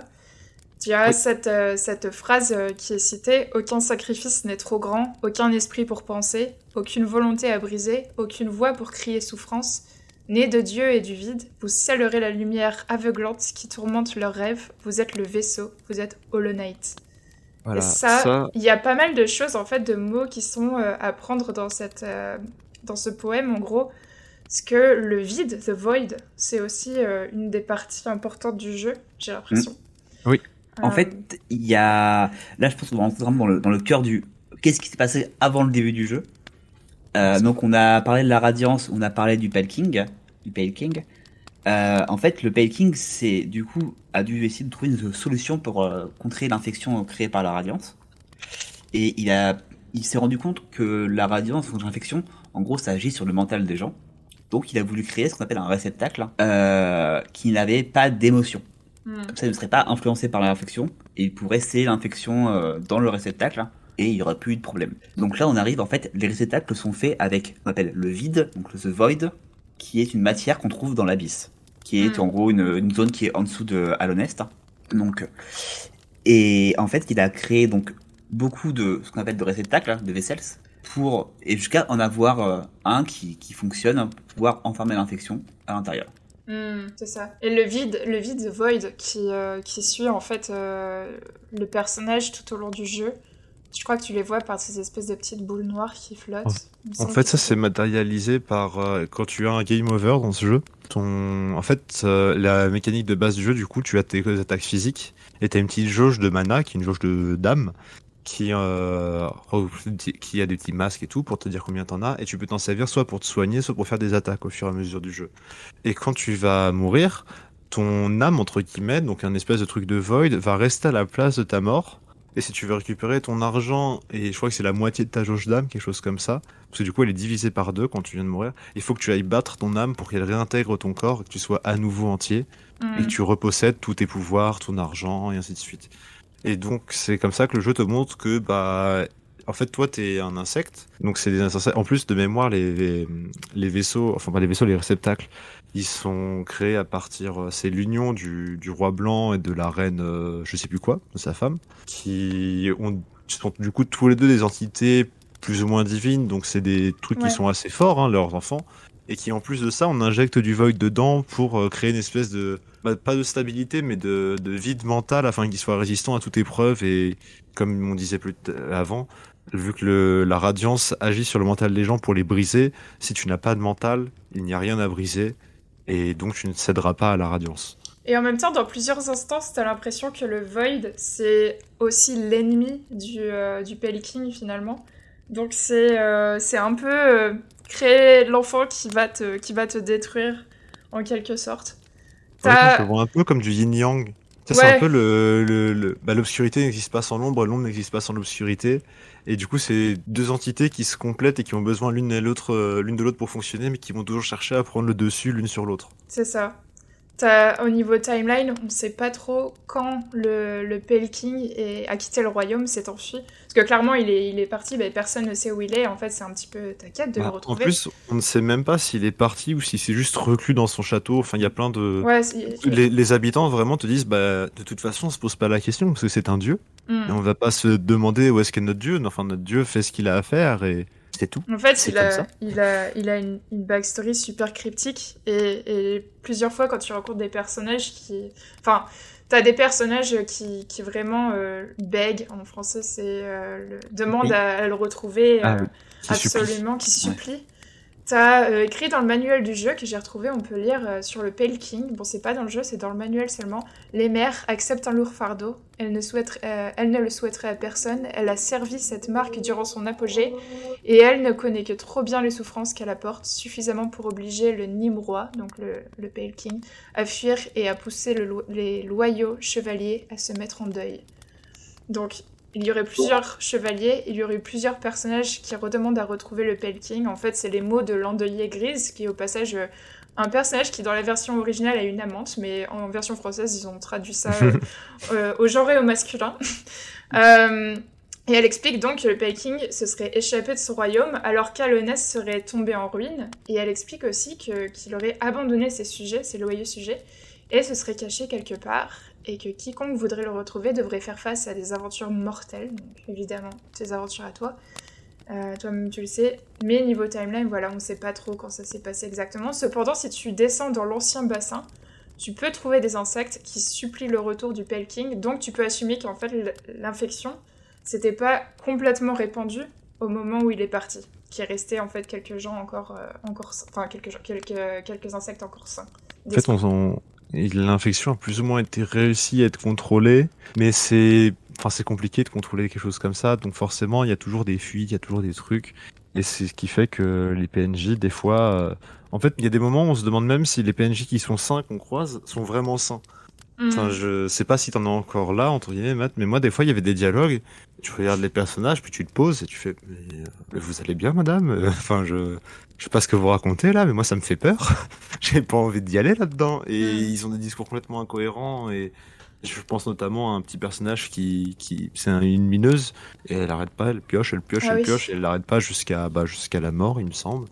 Tu as Oui. cette, euh, cette phrase euh, qui est citée: aucun sacrifice n'est trop grand, aucun esprit pour penser, aucune volonté à briser, aucune voix pour crier souffrance. Né de Dieu et du vide, vous scellerez la lumière aveuglante qui tourmente leurs rêves. Vous êtes le vaisseau, vous êtes Hollow Knight. Voilà, Et ça, ça, il y a pas mal de choses, en fait, de mots qui sont euh, à prendre dans, cette, euh, dans ce poème, en gros. Parce que le vide, The Void, c'est aussi euh, une des parties importantes du jeu, j'ai l'impression. Oui. En Euh, fait, il y a. Là, je pense qu'on rentre vraiment dans le, dans le cœur du. Qu'est-ce qui s'est passé avant le début du jeu? Euh, donc, on a parlé de la Radiance, on a parlé du Pale King. Du Pale King. Euh, en fait, le Pale King, c'est du coup a dû essayer de trouver une solution pour euh, contrer l'infection créée par la Radiance. Et il a, il s'est rendu compte que la Radiance, son infection, en gros, ça agit sur le mental des gens. Donc, il a voulu créer ce qu'on appelle un réceptacle euh, qui n'avait pas d'émotion. hmm. Comme ça, il ne serait pas influencé par l'infection et il pourrait sceller l'infection euh, dans le réceptacle et il n'y aurait plus eu de problème. Donc là, on arrive, en fait, les réceptacles sont faits avec ce qu'on appelle le vide, donc le The Void, qui est une matière qu'on trouve dans l'abysse, qui est Mm. en gros une, une zone qui est en dessous de Alonest. Donc, et en fait, il a créé donc beaucoup de ce qu'on appelle de réceptacles, de vessels, pour et jusqu'à en avoir euh, un qui, qui fonctionne pour pouvoir enfermer l'infection à l'intérieur. Hmm, c'est ça. Et le vide, le vide, The Void, qui, euh, qui suit en fait euh, le personnage tout au long du jeu. Je crois que tu les vois par ces espèces de petites boules noires qui flottent. Il me En semble fait, que ça c'est matérialisé par euh, quand tu as un game over dans ce jeu. Ton, en fait, euh, la mécanique de base du jeu, du coup, tu as tes attaques physiques et t'as une petite jauge de mana, qui est une jauge de d'âme, qui euh, re- qui a des petits masques et tout pour te dire combien t'en as, et tu peux t'en servir soit pour te soigner, soit pour faire des attaques au fur et à mesure du jeu. Et quand tu vas mourir, ton âme entre guillemets, donc un espèce de truc de void, va rester à la place de ta mort. Et si tu veux récupérer ton argent, et je crois que c'est la moitié de ta jauge d'âme, quelque chose comme ça, parce que du coup elle est divisée par deux quand tu viens de mourir, il faut que tu ailles battre ton âme pour qu'elle réintègre ton corps, et que tu sois à nouveau entier, Mm. et que tu repossèdes tous tes pouvoirs, ton argent, et ainsi de suite. Et donc c'est comme ça que le jeu te montre que, bah, en fait toi t'es un insecte, donc c'est des insectes. En plus de mémoire, les, les, les vaisseaux, enfin pas les vaisseaux, les réceptacles, ils sont créés à partir, c'est l'union du, du roi blanc et de la reine, euh, je sais plus quoi, de sa femme, qui ont, sont du coup tous les deux des entités plus ou moins divines, donc c'est des trucs Ouais. qui sont assez forts, hein, leurs enfants, et qui en plus de ça, on injecte du void dedans pour euh, créer une espèce de, bah, pas de stabilité, mais de, de vide mental afin qu'ils soient résistants à toute épreuve, et comme on disait plus t- avant, vu que le, la radiance agit sur le mental des gens pour les briser, si tu n'as pas de mental, il n'y a rien à briser. Et donc tu ne céderas pas à la radiance. Et en même temps, dans plusieurs instances, t'as l'impression que le Void, c'est aussi l'ennemi du, euh, du Pale King, finalement. Donc c'est euh, c'est un peu euh, créer l'enfant qui va te, qui va te détruire, en quelque sorte. En fait, moi, je T'as... le vois un peu comme du yin-yang. Ça, c'est Ouais. un peu le... le, le... Bah, l'obscurité n'existe pas sans l'ombre, l'ombre n'existe pas sans l'obscurité. Et du coup, c'est deux entités qui se complètent et qui ont besoin l'une et l'autre, euh, l'une de l'autre pour fonctionner, mais qui vont toujours chercher à prendre le dessus l'une sur l'autre. C'est ça. T'as, au niveau timeline, on sait pas trop quand le, le Pale King est, a quitté le royaume, s'est enfui. Parce que clairement, il est, il est parti, bah, personne ne sait où il est. En fait, c'est un petit peu ta quête de Bah, le en retrouver. plus, on ne sait même pas s'il est parti ou s'il s'est juste reclus dans son château. Enfin, il y a plein de... Ouais, c'est... Les, les habitants vraiment te disent, bah, de toute façon, on se pose pas la question parce que c'est un dieu. Mm. Et on va pas se demander où est-ce qu'est notre dieu. Enfin, notre dieu fait ce qu'il a à faire et c'est tout. En fait, C'est il comme a, ça. il a, il a une, une backstory super cryptique et, et plusieurs fois quand tu rencontres des personnages qui... Enfin, t'as des personnages qui, qui vraiment euh, beg, en français c'est... Euh, le... demandent Oui. à, à le retrouver Ah euh, oui, qui supplie. absolument, qui supplie. T'as euh, écrit dans le manuel du jeu que j'ai retrouvé, on peut lire euh, sur le Pale King, bon c'est pas dans le jeu, c'est dans le manuel seulement. Les mères acceptent un lourd fardeau, elle ne, souhaite, euh, elle ne le souhaiterait à personne, elle a servi cette marque durant son apogée, et elle ne connaît que trop bien les souffrances qu'elle apporte, suffisamment pour obliger le Nimroi, donc le, le Pale King, à fuir et à pousser le lo- les loyaux chevaliers à se mettre en deuil. Donc il y aurait plusieurs chevaliers, il y aurait plusieurs personnages qui redemandent à retrouver le Pale King. En fait, c'est les mots de l'endeuillée grise, qui est au passage euh, un personnage qui, dans la version originale, a une amante, mais en version française, ils ont traduit ça euh, euh, au genre et au masculin. euh, et elle explique donc que le Pale King se serait échappé de son royaume, alors qu'Alonès serait tombé en ruine. Et elle explique aussi que, qu'il aurait abandonné ses sujets, ses loyaux sujets, et se serait caché quelque part, et que quiconque voudrait le retrouver devrait faire face à des aventures mortelles, donc évidemment tes aventures à toi, euh, toi-même tu le sais, mais niveau timeline, voilà, on ne sait pas trop quand ça s'est passé exactement. Cependant, si tu descends dans l'ancien bassin, tu peux trouver des insectes qui supplient le retour du Pale King, donc tu peux assumer qu'en fait l'infection, c'était pas complètement répandu au moment où il est parti, qu'il restait en fait quelques gens encore, euh, encore enfin quelques, gens, quelques, quelques insectes encore sains. En fait, on, on... l'infection a plus ou moins été réussie à être contrôlée, mais c'est, enfin, c'est compliqué de contrôler quelque chose comme ça, donc forcément, il y a toujours des fuites, il y a toujours des trucs, et c'est ce qui fait que les P N J, des fois, euh... en fait, il y a des moments où on se demande même si les P N J qui sont sains, qu'on croise, sont vraiment sains. Mmh. Enfin, je sais pas si t'en as encore là, entre guillemets, Matt, mais moi, des fois, il y avait des dialogues, tu regardes les personnages, puis tu te poses, et tu fais, mais, euh, vous allez bien, madame? Enfin, je... Je sais pas ce que vous racontez là, mais moi ça me fait peur. J'ai pas envie d'y aller là-dedans. Et mmh. ils ont des discours complètement incohérents. Et je pense notamment à un petit personnage qui, qui c'est une mineuse et elle arrête pas, elle pioche, elle pioche, ah elle oui. pioche, et elle l'arrête pas jusqu'à, bah, jusqu'à la mort, il me semble.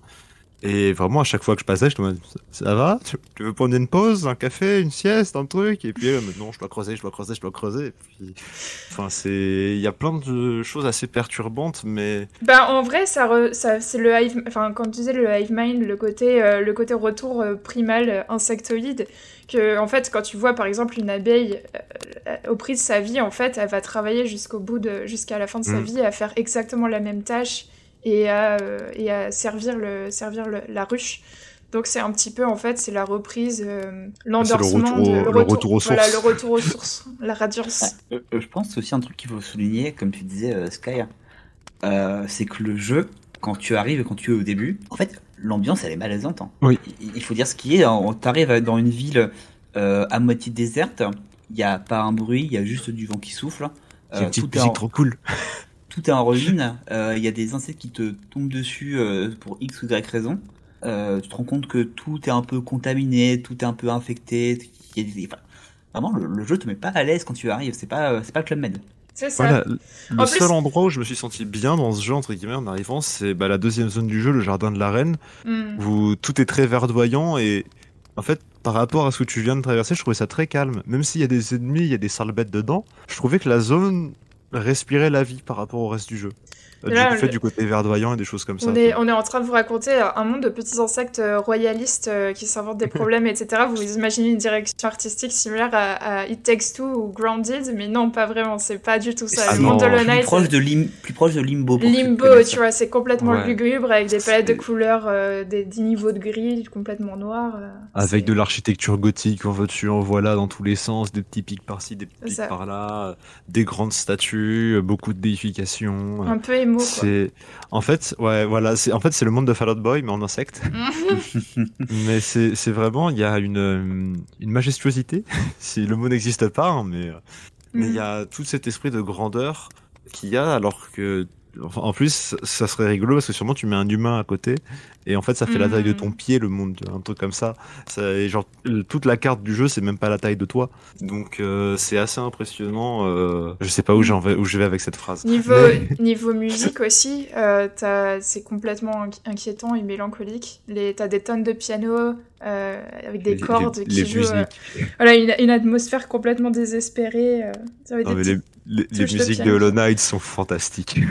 Et vraiment, à chaque fois que je passais, je me disais, ça va? Tu veux prendre une pause, un café, une sieste, un truc? Et puis, elle me dit, non, je dois creuser, je dois creuser, je dois creuser. Et puis, enfin, c'est, il y a plein de choses assez perturbantes, mais. Bah, en vrai, ça, re... ça c'est le hive, enfin, quand tu disais le hive mind, le côté, euh, le côté retour euh, primal euh, insectoïde, que, en fait, quand tu vois, par exemple, une abeille euh, au prix de sa vie, en fait, elle va travailler jusqu'au bout de, jusqu'à la fin de sa mmh. vie à faire exactement la même tâche. Et à, euh, et à servir, le, servir le, la ruche. Donc c'est un petit peu, en fait, c'est la reprise, euh, l'endorsement, le retour, de, le, le, retour, retour aux sources. Voilà, le retour aux sources, la radiance. Euh, euh, je pense que c'est aussi un truc qu'il faut souligner, comme tu disais, euh, Sky, euh, c'est que le jeu, quand tu arrives et quand tu es au début, en fait, l'ambiance, elle est malaisante. Hein. Oui. Il, il faut dire ce qui est, hein, tu arrives dans une ville euh, à moitié déserte, il n'y a pas un bruit, il y a juste du vent qui souffle. Il y a une petite tout est musique en- trop cool. tout est en ruine. euh, Il y a des insectes qui te tombent dessus euh, pour X ou Y raison. Euh, tu te rends compte que tout est un peu contaminé, tout est un peu infecté. Il y a des- enfin, vraiment, le, le jeu te met pas à l'aise quand tu arrives. C'est pas, euh, c'est pas le Club Med. C'est ça. Voilà, le En seul plus- endroit où je me suis senti bien dans ce jeu, entre guillemets, en arrivant, c'est bah, la deuxième zone du jeu, le jardin de la reine, Hmm. où tout est très verdoyant et en fait, par rapport à ce que tu viens de traverser, je trouvais ça très calme. Même s'il y a des ennemis, il y a des sales bêtes dedans, je trouvais que la zone respirait la vie par rapport au reste du jeu. Euh, Là, du fait le- du côté verdoyant et des choses comme ça. On est, on est en train de vous raconter un monde de petits insectes euh, royalistes euh, qui s'inventent des problèmes, et cetera. Vous imaginez une direction artistique similaire à, à It Takes Two ou Grounded, mais non, pas vraiment. C'est pas du tout ça. Ah le non, monde de Hollow Plus Knight, proche de, lim... plus proche de Limbo. pour ceux qui Limbo, connaissent. tu vois, c'est complètement Ouais. lugubre avec des palettes de C'est- couleurs, euh, des, des niveaux de gris complètement noirs. euh, Avec c'est- de l'architecture gothique, en veux-tu, en voilà, dans tous les sens, des petits pics par-ci, des petits C'est pics ça. par-là, des grandes statues, euh, beaucoup de déifications. un peu émo, quoi. C'est, en fait, ouais, voilà, c'est, en fait, c'est le monde de Fall Out Boy, mais en insecte. Mais c'est, c'est vraiment, il y a une, euh, une majestuosité, si le mot n'existe pas, hein, mais, euh, mais il y a tout cet esprit de grandeur qu'il y a, alors que, enfin, en plus, ça serait rigolo parce que sûrement tu mets un humain à côté, et en fait, ça fait la taille de ton Mhm. pied, le monde, tu vois, un truc comme ça. Ça et genre, le- toute la carte du jeu, c'est même pas la taille de toi. Donc, euh, c'est assez impressionnant. Euh, je sais pas où, j'en vais, où je vais avec cette phrase. Niveau, Mais- niveau musique aussi, euh, t'as- c'est complètement inqui- inquiétant et mélancolique. Les, t'as des tonnes de piano euh, avec des les- cordes les- qui les jouent. euh, musiques. voilà, une, une atmosphère complètement désespérée. euh, avec Non, des mais les, petites- les- les touches de musiques de piano. Hollow Knight sont fantastiques.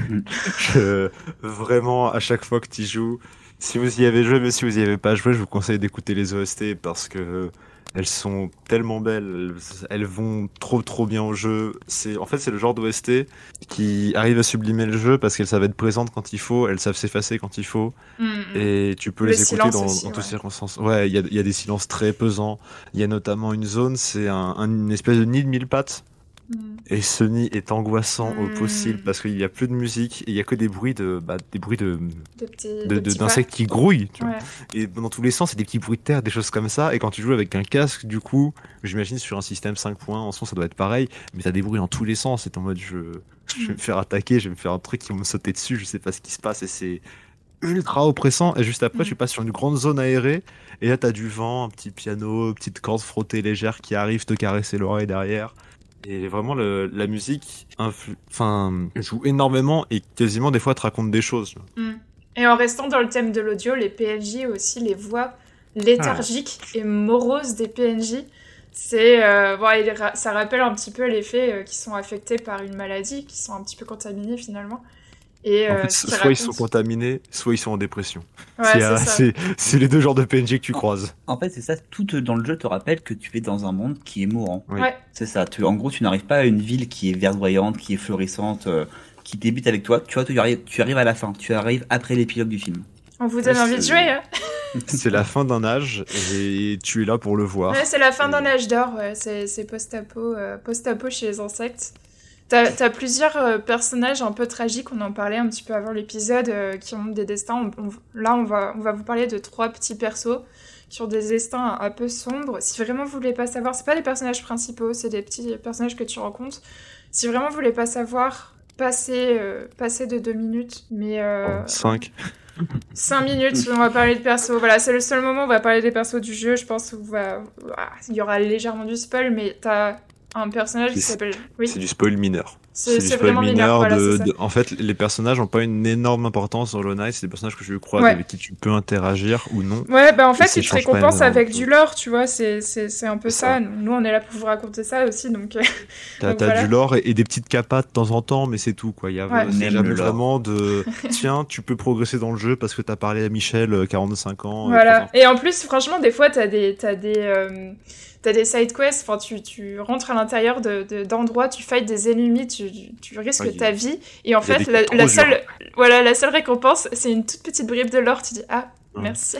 Je- vraiment, à chaque fois que tu joues, si vous y avez joué, mais si vous y avez pas joué, je vous conseille d'écouter les O S T parce que elles sont tellement belles, elles, elles vont trop trop bien au jeu. C'est, en fait, c'est le genre d'O S T qui arrive à sublimer le jeu parce qu'elles savent être présentes quand il faut, elles savent s'effacer quand il faut, Mm, mm. et tu peux Le les écouter silence dans, aussi, dans toutes ouais. circonstances. Ouais, il y a, il y a des silences très pesants. Il y a notamment une zone, c'est un, un- une espèce de nid de mille pattes. Mm. Et ce nid est angoissant au Mm. possible parce qu'il y a plus de musique et il y a que des bruits de, bah, des bruits de, De petits, de, de de- petits d'insectes qui grouillent, tu pas. vois. Ouais. Et dans tous les sens, c'est des petits bruits de terre, des choses comme ça. Et quand tu joues avec un casque, du coup, j'imagine sur un système cinq points, en son, ça doit être pareil. Mais t'as des bruits dans tous les sens. C'est en mode, je, je vais me faire attaquer, je vais me faire un truc qui va me sauter dessus, je sais pas ce qui se passe et c'est ultra oppressant. Et juste après, Mm. tu passes sur une grande zone aérée et là, t'as du vent, un petit piano, petite corde frottée légère qui arrive te caresser l'oreille derrière. Et vraiment, le- la musique influ- enfin, joue énormément et quasiment des fois te raconte des choses. tu vois. Mm. Et en restant dans le thème de l'audio, les P N J aussi, les voix léthargiques et moroses des P N J, c'est euh, bon, il ra- ça rappelle un petit peu les faits euh, qui sont affectés par une maladie, qui sont un petit peu contaminés finalement. Et En euh, fait, ce qui soit ils sont raconte- contaminés, soit ils sont en dépression. Ouais, c'est, c'est euh, ça. c'est- c'est les deux genres de P N J que tu croises. En fait, c'est ça. Tout dans le jeu te rappelle que tu es dans un monde qui est mourant. Oui. Ouais. C'est ça. Tu, en gros, tu n'arrives pas à une ville qui est verdoyante, qui est florissante, euh, qui débute avec toi. Tu vois, tu arrives, tu arrives à la fin. Tu arrives après l'épilogue du film. On vous donne Ouais, envie de c'est- jouer, hein. C'est la fin d'un âge et tu es là pour le voir. Ouais, c'est la fin Et- d'un âge d'or, ouais. c'est, c'est post-apo, euh, post-apo chez les insectes. T'as, t'as plusieurs euh, personnages un peu tragiques, on en parlait un petit peu avant l'épisode, euh, qui ont des destins. On- on- là, on va, on va vous parler de trois petits persos qui ont des destins un peu sombres. Si vraiment vous voulez pas savoir, c'est pas les personnages principaux, c'est des petits personnages que tu rencontres. Si vraiment vous voulez pas savoir, passez, euh, passez de deux minutes, mais... Euh, cinq. cinq minutes, on va parler de perso. Voilà, c'est le seul moment où on va parler des persos du jeu. Je pense où va... ah, il y aura légèrement du spoil, mais t'as un personnage qui C'est- s'appelle... Oui, C'est du spoil mineur. c'est, du c'est spoil vraiment mineur. Voilà, de, c'est ça. de- En fait, les personnages n'ont pas une énorme importance dans Hollow Knight. C'est des personnages que je croise Ouais. avec qui tu peux interagir ou non. Ouais, bah en fait, ça il te change pas récompense énormément avec de du choses. lore, tu vois. C'est, c'est, c'est un peu C'est ça. ça. Nous, on est là pour vous raconter ça aussi, donc... euh, T'as, Donc t'as voilà. du lore et, et des petites capas de temps en temps, mais c'est tout, quoi. Il y a Ouais. c'est On aime jamais le lore. vraiment de tiens, tu peux progresser dans le jeu parce que t'as parlé à Michel, euh, quarante-cinq ans. euh, Voilà. trois ans. Et en plus, franchement, des fois, t'as des, t'as des, euh, t'as des side quests. Enfin, tu, tu rentres à l'intérieur de, de- d'endroits, tu fights des ennemis, tu, tu risques Ouais, il y a- ta vie. Et en il y a fait, des la, trop la durs. seule, voilà, la seule récompense, c'est une toute petite bribe de l'or. Tu dis ah, Ouais. merci.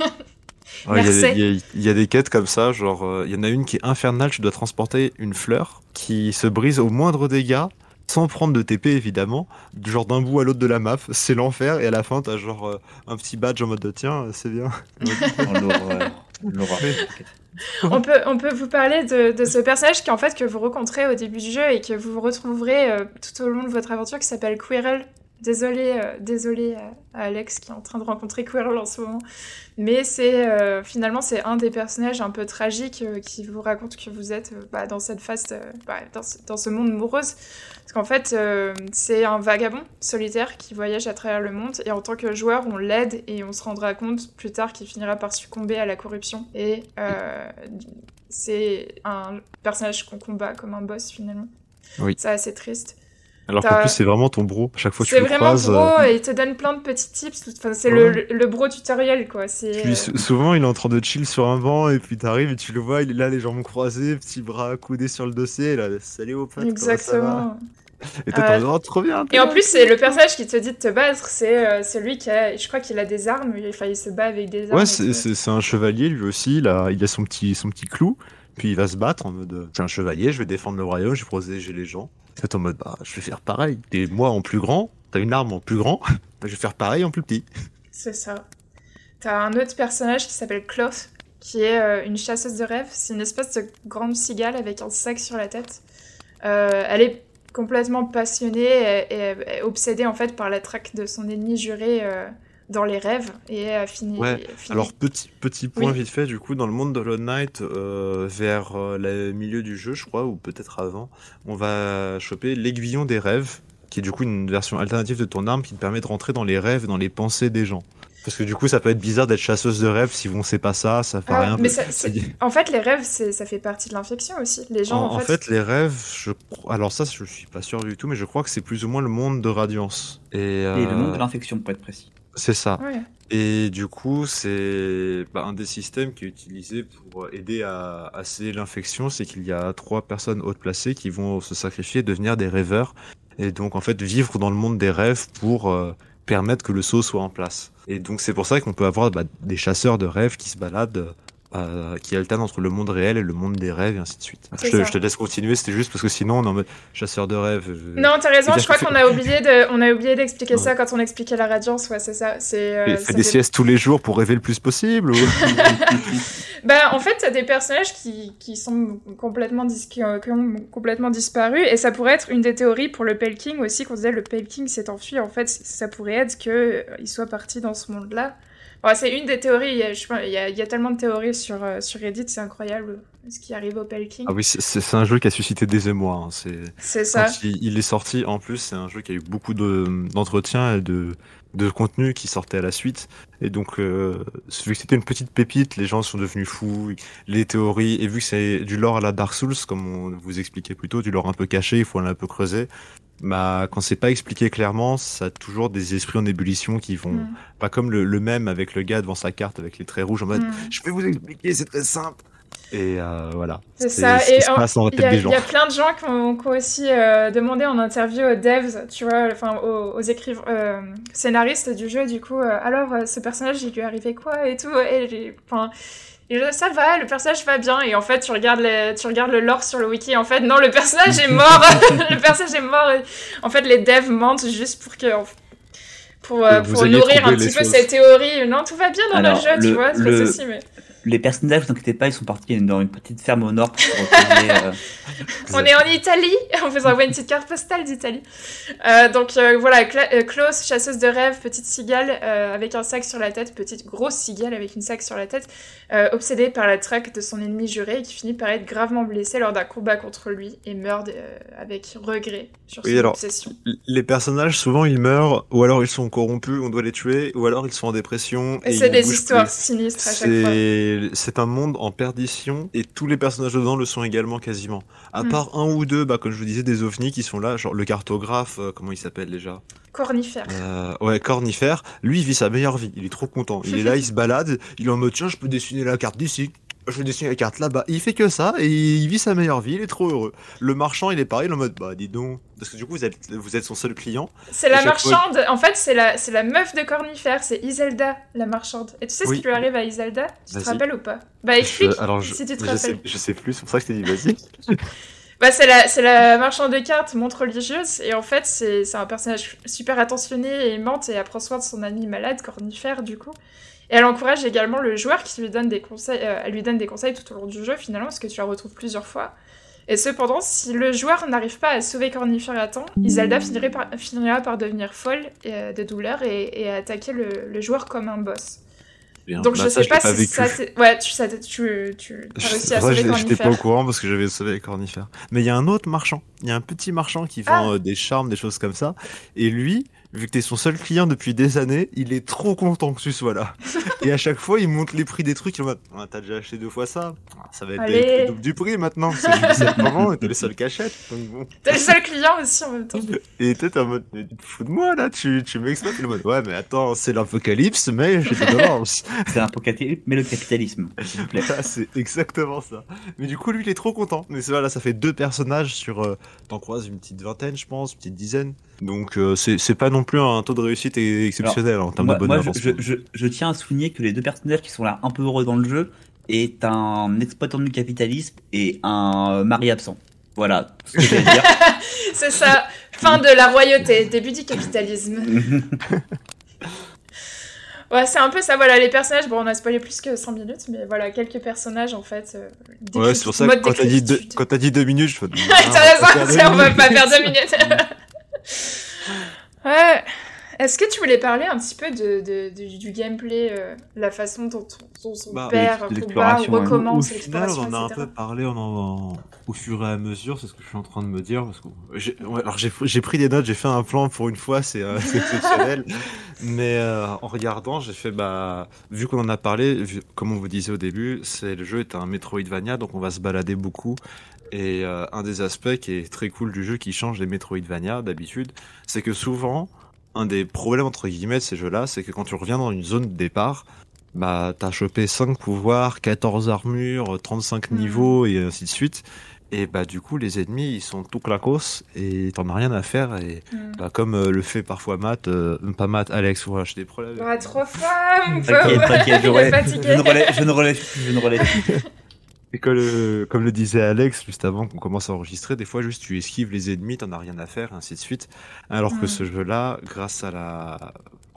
Ouais, il y a- Merci. il y, a- il y a des quêtes comme ça, genre euh, il y en a une qui est infernale, tu dois transporter une fleur qui se brise au moindre dégât, sans prendre de T P évidemment, du genre d'un bout à l'autre de la map, c'est l'enfer, et à la fin t'as genre euh, un petit badge en mode de, tiens, c'est bien. Dans l'horreur. Laura. on, peut, on peut vous parler de, de ce personnage qui, en fait, que vous rencontrez au début du jeu et que vous retrouverez euh, tout au long de votre aventure, qui s'appelle Quirrell. Désolée, euh, désolée à, à Alex qui est en train de rencontrer Quirrell en ce moment. Mais c'est, euh, finalement, c'est un des personnages un peu tragiques euh, qui vous raconte que vous êtes euh, bah, dans cette phase, euh, bah, dans, ce, dans ce monde morose. Parce qu'en fait, euh, c'est un vagabond solitaire qui voyage à travers le monde. Et en tant que joueur, on l'aide et on se rendra compte plus tard qu'il finira par succomber à la corruption. Et euh, c'est un personnage qu'on combat comme un boss, finalement. Oui. C'est assez triste. Alors qu'en plus, c'est vraiment ton bro. À chaque fois que tu c'est le vraiment croises... bro euh, et il te donne plein de petits tips. Enfin, c'est Ouais. le, le bro tutoriel, quoi. C'est, Puis euh, sou- souvent, il est en train de chill sur un banc, et puis t'arrives et tu le vois, il est là, les jambes croisées, petit bras accoudé sur le dossier, et là, salut au pote, comment ça va? Exactement. Et toi, Euh, t'en oh, trop bien. Et en plus, c'est le personnage qui te dit de te battre. C'est euh, celui qui a... Je crois qu'il a des armes. Enfin, il se bat avec des armes. Ouais, et c'est tout. c'est- c'est un chevalier, lui aussi, il a, il a son petit, son petit clou, puis il va se battre en mode, euh, je suis un chevalier, je vais défendre le royaume, je vais protéger les gens. C'est en mode, bah, je vais faire pareil. T'es moi en plus grand, t'as une arme en plus grand, bah, je vais faire pareil en plus petit. C'est ça. T'as un autre personnage qui s'appelle Cloth, qui est euh, une chasseuse de rêves. C'est une espèce de grande cigale avec un sac sur la tête. Euh, elle est complètement passionnée et, et- et obsédée en fait par la traque de son ennemi juré euh, dans les rêves. Et elle finit. Ouais, finit- alors petit, petit point Oui. vite fait, du coup, dans le monde de Hollow Knight, euh, vers euh, le milieu du jeu, je crois, ou peut-être avant, on va choper l'aiguillon des rêves, qui est du coup une version alternative de ton arme qui te permet de rentrer dans les rêves, dans les pensées des gens. Parce que du coup, ça peut être bizarre d'être chasseuse de rêves si on sait pas ça, ça fait Ah, rien. mais ça- c'est- En fait, les rêves, c'est- ça fait partie de l'infection aussi. Les gens, En, en, en fait, les rêves, je crois... alors ça, je suis pas sûr du tout, mais je crois que c'est plus ou moins le monde de Radiance. Et, Et euh, le monde de l'infection, pour être précis. c'est ça. Ouais. Et du coup, c'est bah, un des systèmes qui est utilisé pour aider à, à sceller l'infection, c'est qu'il y a trois personnes hautes placées qui vont se sacrifier et devenir des rêveurs. Et donc, en fait, vivre dans le monde des rêves pour euh, permettre que le sceau soit en place. Et donc, c'est pour ça qu'on peut avoir bah, des chasseurs de rêves qui se baladent, euh, qui alternent entre le monde réel et le monde des rêves, et ainsi de suite. C'est Je te, ça. je te laisse continuer, c'était juste parce que sinon, on est en mode chasseur de rêves. je- Non, t'as raison, Et je crois fais- qu'on a oublié de, on a oublié d'expliquer Ouais. ça quand on expliquait la radiance, ouais, c'est ça. C'est, euh, Fais ça fais des fait- siestes tous les jours pour rêver le plus possible ou... Bah, en fait, t'as des personnages qui, qui sont complètement, dis- qui, ont, qui ont complètement disparu, et ça pourrait être une des théories pour le Pale King aussi, qu'on disait le Pale King s'est enfui, en fait, ça pourrait être qu'il soit parti dans ce monde-là. Bon, c'est une des théories, il y a, je sais pas, il y a, il y a tellement de théories sur, euh, sur Reddit, c'est incroyable ce qui arrive au Pale King. Ah oui, c'est- c'est c'est un jeu qui a suscité des émois. hein, C'est C'est ça. quand il, il est sorti, en plus, c'est un jeu qui a eu beaucoup de d'entretiens et de de contenu qui sortait à la suite. Et donc, euh, vu que c'était une petite pépite, les gens sont devenus fous. Les théories, et vu que c'est du lore à la Dark Souls, comme on vous expliquait plus tôt, du lore un peu caché, il faut aller un peu creuser. Bah, quand c'est pas expliqué clairement, ça a toujours des esprits en ébullition qui vont, Mm. pas comme le, le même avec le gars devant sa carte avec les traits rouges en mode, Mm. je vais vous expliquer, c'est très simple. Et euh, voilà. C'est ça, ce qui et se en- passe dans la il y, tête a- des il gens. y a plein de gens qui ont, qui ont aussi euh, demandé en interview aux devs, tu vois, enfin aux, aux écrivains, euh, scénaristes du jeu, du coup, euh, alors euh, ce personnage, il lui arrivait quoi et tout, et j'ai- enfin, et je- ça va, le personnage va bien, et en fait, tu regardes, les, tu regardes le lore sur le wiki, en fait, non, le personnage est mort, le personnage est mort, et en fait, les devs mentent juste pour que... Pour, euh, Vous pour ayez nourrir un trouvé petit les peu choses. cette théorie. Non, tout va bien dans Alors, le jeu, tu le- vois, c'est pas le- de souci, mais... Les personnages, vous inquiétez pas, ils sont partis dans une petite ferme au nord pour se reposer. euh, On est en Italie, on vous envoie une petite carte postale d'Italie. Euh, donc euh, voilà, Cla- euh, Klaus, chasseuse de rêves, petite cigale euh, avec un sac sur la tête, petite grosse cigale avec une sac sur la tête, euh, obsédée par la traque de son ennemi juré et qui finit par être gravement blessée lors d'un combat contre lui et meurt euh, avec regret sur son Oui, alors, obsession. Les personnages, souvent, ils meurent, ou alors ils sont corrompus, on doit les tuer, ou alors ils sont en dépression. Et et c'est ils des bougent histoires plus. sinistres à chaque fois. C'est c'est un monde en perdition, et tous les personnages dedans le sont également quasiment. À Mm. part un ou deux, bah, comme je vous disais, des ovnis qui sont là, genre le cartographe, euh, comment il s'appelle déjà Cornifère. euh, Ouais, Cornifère. Lui, il vit sa meilleure vie, il est trop content. Il est là, il se balade, il est en mode, tiens, je peux dessiner la carte d'ici. Je vais dessiner la carte là-bas. Il fait que ça et il vit sa meilleure vie, il est trop heureux. Le marchand, il est pareil, il est en mode, bah dis donc. Parce que du coup, vous êtes, vous êtes son seul client. C'est Et la chaque fois- marchande, en fait, c'est la, c'est la meuf de Cornifère, c'est Iselda, la marchande. Et tu sais ce Oui. qui lui arrive à Iselda? Tu te Vas-y. rappelles ou pas? Bah explique, Je- alors, je, si tu te je rappelles. sais, je sais plus, c'est pour ça que je t'ai dit, vas-y. Bah, c'est la, c'est la marchande de cartes, montre religieuse, et en fait, c'est, c'est un personnage super attentionné et aimante, et elle prend soin de son ami malade, cornifère, du coup. Et elle encourage également le joueur qui lui donne des conseils, euh, elle lui donne des conseils tout au long du jeu, finalement, parce que tu la retrouves plusieurs fois. Et cependant, si le joueur n'arrive pas à sauver Cornifère à temps, Isalda finirait par, finira par devenir folle euh, de douleur et, et à attaquer le, le joueur comme un boss. Bien. Donc bah, je ça, sais pas, pas si vécu. ça t'est... Ouais, tu, ça, tu, tu as réussi à sauver Cornifère. J'étais pas au courant parce que j'avais sauvé Cornifère. Mais il y a un autre marchand. Il y a un petit marchand qui vend ah. euh, des charmes, des choses comme ça. Et lui, vu que t'es son seul client depuis des années, il est trop content que tu sois là. Et à chaque fois, il monte les prix des trucs. Il va ah, t'as déjà acheté deux fois ça. Ça va être le double du prix maintenant. C'est juste sept par an et t'es le seul qui achète. Donc bon. T'es le seul client aussi en même temps. Et t'es en mode, mais tu te fous de moi là, tu, tu m'exploites. Le mode, ouais, mais attends, c'est l'apocalypse, mais j'ai des dollars. C'est l'apocalypse, mais le capitalisme, s'il vous plaît. Ah, c'est exactement ça. Mais du coup, lui, il est trop content. Mais c'est voilà, ça fait deux personnages sur. Euh, T'en croises une petite vingtaine, je pense, une petite dizaine. Donc, euh, c'est, c'est pas non plus un taux de réussite exceptionnel Alors, en termes moi, de bonheur. Moi, je, je, je, je tiens à souligner que les deux personnages qui sont là un peu heureux dans le jeu est un exploitant du capitalisme et un mari absent. Voilà ce que j'allais dire. C'est ça. Fin de la royauté, début du capitalisme. Ouais, c'est un peu ça, voilà, les personnages, bon, on a spoilé plus que cinq minutes, mais voilà, quelques personnages, en fait. Euh, ouais, c'est pour ça que quand t'as, dit deux, quand t'as dit deux minutes, je fais... T'as raison, on va pas faire deux minutes. Ouais. Est-ce que tu voulais parler un petit peu de, de, de, du gameplay, euh, la façon dont ton, son bah, père combat ou recommence l'exploration, au final, on en a et cetera. un peu parlé en, en, au fur et à mesure, c'est ce que je suis en train de me dire. Parce que j'ai, ouais, alors j'ai, j'ai pris des notes, j'ai fait un plan pour une fois, c'est, euh, c'est exceptionnel. Mais euh, en regardant, j'ai fait, bah, vu qu'on en a parlé, vu, comme on vous disait au début, c'est, le jeu est un Metroidvania, donc on va se balader beaucoup. Et euh, un des aspects qui est très cool du jeu, qui change des Metroidvania d'habitude, c'est que souvent, un des problèmes entre guillemets de ces jeux-là, c'est que quand tu reviens dans une zone de départ, bah t'as chopé cinq pouvoirs, quatorze armures, trente-cinq mmh. niveaux et ainsi de suite. Et bah du coup les ennemis ils sont tout clacos et t'en as rien à faire et mmh. bah comme euh, le fait parfois Matt, euh, pas Matt, Alex, voilà, j'ai des problèmes. Bah trois fois, mon T'inquiète, t'inquiète, je, relève, je ne relève, je ne relève plus, je ne relève plus. Et comme le, comme le disait Alex juste avant qu'on commence à enregistrer, des fois juste tu esquives les ennemis, t'en as rien à faire, ainsi de suite. Alors mmh. que ce jeu-là, grâce à la...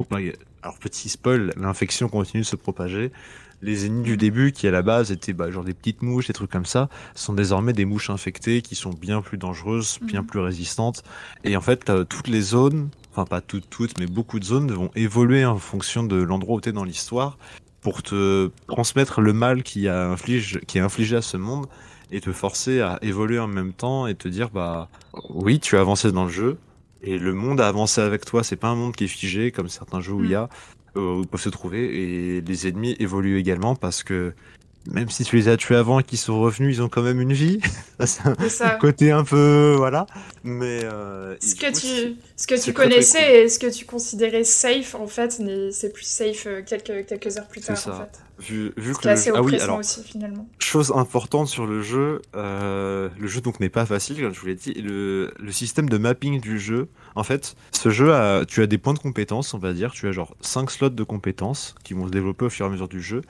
Alors petit spoil, l'infection continue de se propager. Les ennemis du début, qui à la base étaient bah, genre des petites mouches, des trucs comme ça, sont désormais des mouches infectées qui sont bien plus dangereuses, bien mmh. plus résistantes. Et en fait, toutes les zones, enfin pas toutes, toutes, mais beaucoup de zones vont évoluer en fonction de l'endroit où t'es dans l'histoire, pour te transmettre le mal qui, a inflige, qui est infligé à ce monde et te forcer à évoluer en même temps et te dire bah oui tu as avancé dans le jeu et le monde a avancé avec toi, c'est pas un monde qui est figé comme certains jeux où il y a euh, où peuvent se trouver, et les ennemis évoluent également parce que même si tu les as tués avant et qu'ils sont revenus, ils ont quand même une vie. C'est un c'est ça. Côté un peu voilà, mais euh, ce que tu ce que tu connaissais très, très cool. Et ce que tu considérais safe en fait, c'est plus safe quelques quelques heures plus tard c'est ça. En fait. Vu, vu ce que qui est assez ah oui, alors, aussi finalement. Chose importante sur le jeu, euh, le jeu donc n'est pas facile comme je vous l'ai dit. Le, le système de mapping du jeu, en fait, ce jeu a, tu as des points de compétences, on va dire, tu as genre cinq slots de compétences qui vont se développer au fur et à mesure du jeu.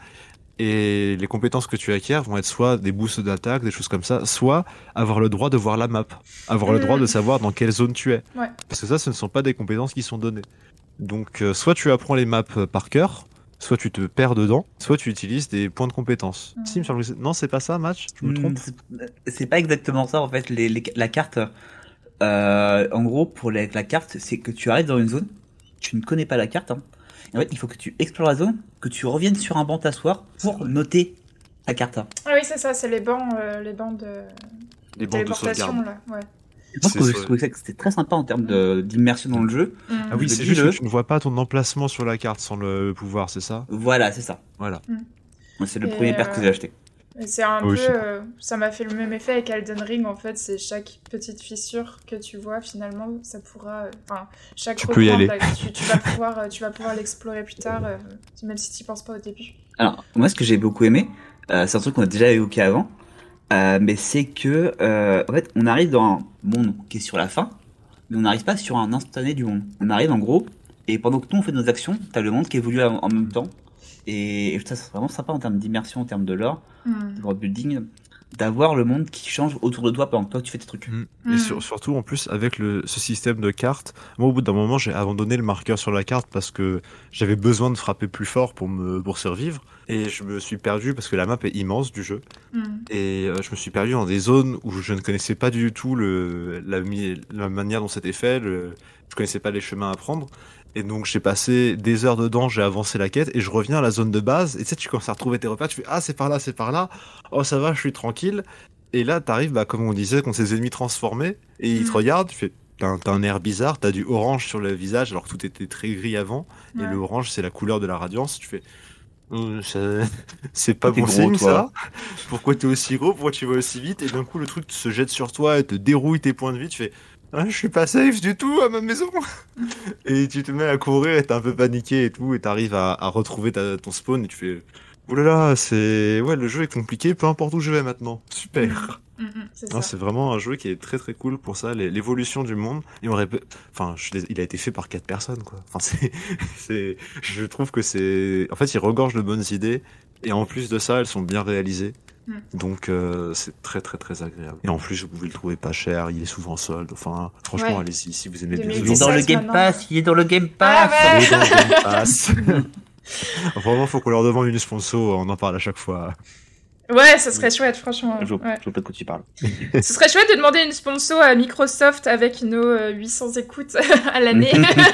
Et les compétences que tu acquiers vont être soit des boosts d'attaque, des choses comme ça, soit avoir le droit de voir la map, avoir mmh. le droit de savoir dans quelle zone tu es. Ouais. Parce que ça, ce ne sont pas des compétences qui sont données. Donc, euh, soit tu apprends les maps par cœur, soit tu te perds dedans, soit tu utilises des points de compétences. Mmh. Si, il me semble que c'est... Non, c'est pas ça, Match ? Tu me trompes ? mmh, C'est pas exactement ça, en fait. Les, les, la carte, euh, en gros, pour les, la carte, c'est que tu arrives dans une zone, tu ne connais pas la carte, hein. Et en fait, il faut que tu explores la zone, que tu reviennes sur un banc t'asseoir pour noter ta carte. Ah oui, c'est ça, c'est les bancs, euh, les bancs de les bancs de sauvegarde. Là, ouais. Je pense que je trouvais que c'était très sympa en termes de, d'immersion dans le jeu. Mmh. Ah oui, c'est juste le... que tu ne vois pas ton emplacement sur la carte sans le pouvoir, c'est ça ? Voilà, c'est ça. Voilà. Mmh. C'est le Et premier euh... pack que j'ai acheté. Et c'est un oui, peu, euh, ça m'a fait le même effet avec Elden Ring en fait, c'est chaque petite fissure que tu vois finalement, ça pourra, enfin euh, chaque recoin, bah, tu, tu vas pouvoir, euh, tu vas pouvoir l'explorer plus tard, euh, même si tu y penses pas au début. Alors moi ce que j'ai beaucoup aimé, euh, c'est un truc qu'on a déjà évoqué avant, euh, mais c'est que euh, en fait on arrive dans un monde qui est sur la fin, mais on n'arrive pas sur un instantané du monde. On arrive en gros et pendant que nous on fait nos actions, t'as le monde qui évolue en, en même temps. Et, et ça c'est vraiment sympa en termes d'immersion, en termes de lore, mmh. de world building. d'avoir le monde qui change autour de toi pendant que toi tu fais tes trucs. Mm. Et Mm. sur- surtout, en plus, avec le, ce système de cartes, moi, au bout d'un moment, j'ai abandonné le marqueur sur la carte parce que j'avais besoin de frapper plus fort pour me pour survivre. Et je me suis perdu parce que la map est immense du jeu. Mm. Et euh, je me suis perdu dans des zones où je ne connaissais pas du tout le, la, mi- la manière dont c'était fait. Le, je connaissais pas les chemins à prendre. Et donc j'ai passé des heures dedans, j'ai avancé la quête et je reviens à la zone de base. Et tu sais, tu commences à retrouver tes repères, tu fais ah c'est par là, c'est par là. Oh ça va, je suis tranquille. Et là t'arrives, bah comme on disait, contre ces ennemis transformés et ils te Mm. regardent, tu fais t'as, t'as un air bizarre, t'as du orange sur le visage alors que tout était très gris avant. Et Ouais. le orange c'est la couleur de la radiance. Tu fais Hum, ça- c'est pas T'es bon gros, signe toi. ça. Pourquoi t'es aussi gros? Pourquoi tu vas aussi vite? Et d'un coup le truc se jette sur toi et te dérouille tes points de vie. Tu fais ah, je suis pas safe du tout à ma maison. Et tu te mets à courir et t'es un peu paniqué et tout et t'arrives à, à retrouver ta, ton spawn et tu fais oulala c'est ouais le jeu est compliqué peu importe où je vais maintenant. Super. Mm, mm, c'est Non, ça. c'est vraiment un jeu qui est très très cool pour ça, l'é- l'évolution du monde. Et on répé- enfin, je suis dés- il a été fait par quatre personnes, quoi. Enfin, c'est, c'est, je trouve que c'est, en fait, il regorge de bonnes idées. Et en plus de ça, elles sont bien réalisées. Mm. Donc, euh, c'est très très très agréable. Et en plus, vous pouvez le trouver pas cher. Il est souvent en solde. Enfin, franchement, Ouais. allez-y si vous aimez bien Il est ce deux mille jeu. dans le dix-sept Game maintenant. Pass, il est dans le Game Ah Pass. ouais. Et dans le Game Pass. Vraiment, faut qu'on leur demande une sponsor. On en parle à chaque fois. Ouais, ça serait chouette, franchement. Je vois Ouais. je vois pas de quoi tu parles. Ce serait chouette de demander une sponsor à Microsoft avec nos euh, huit cents écoutes à l'année.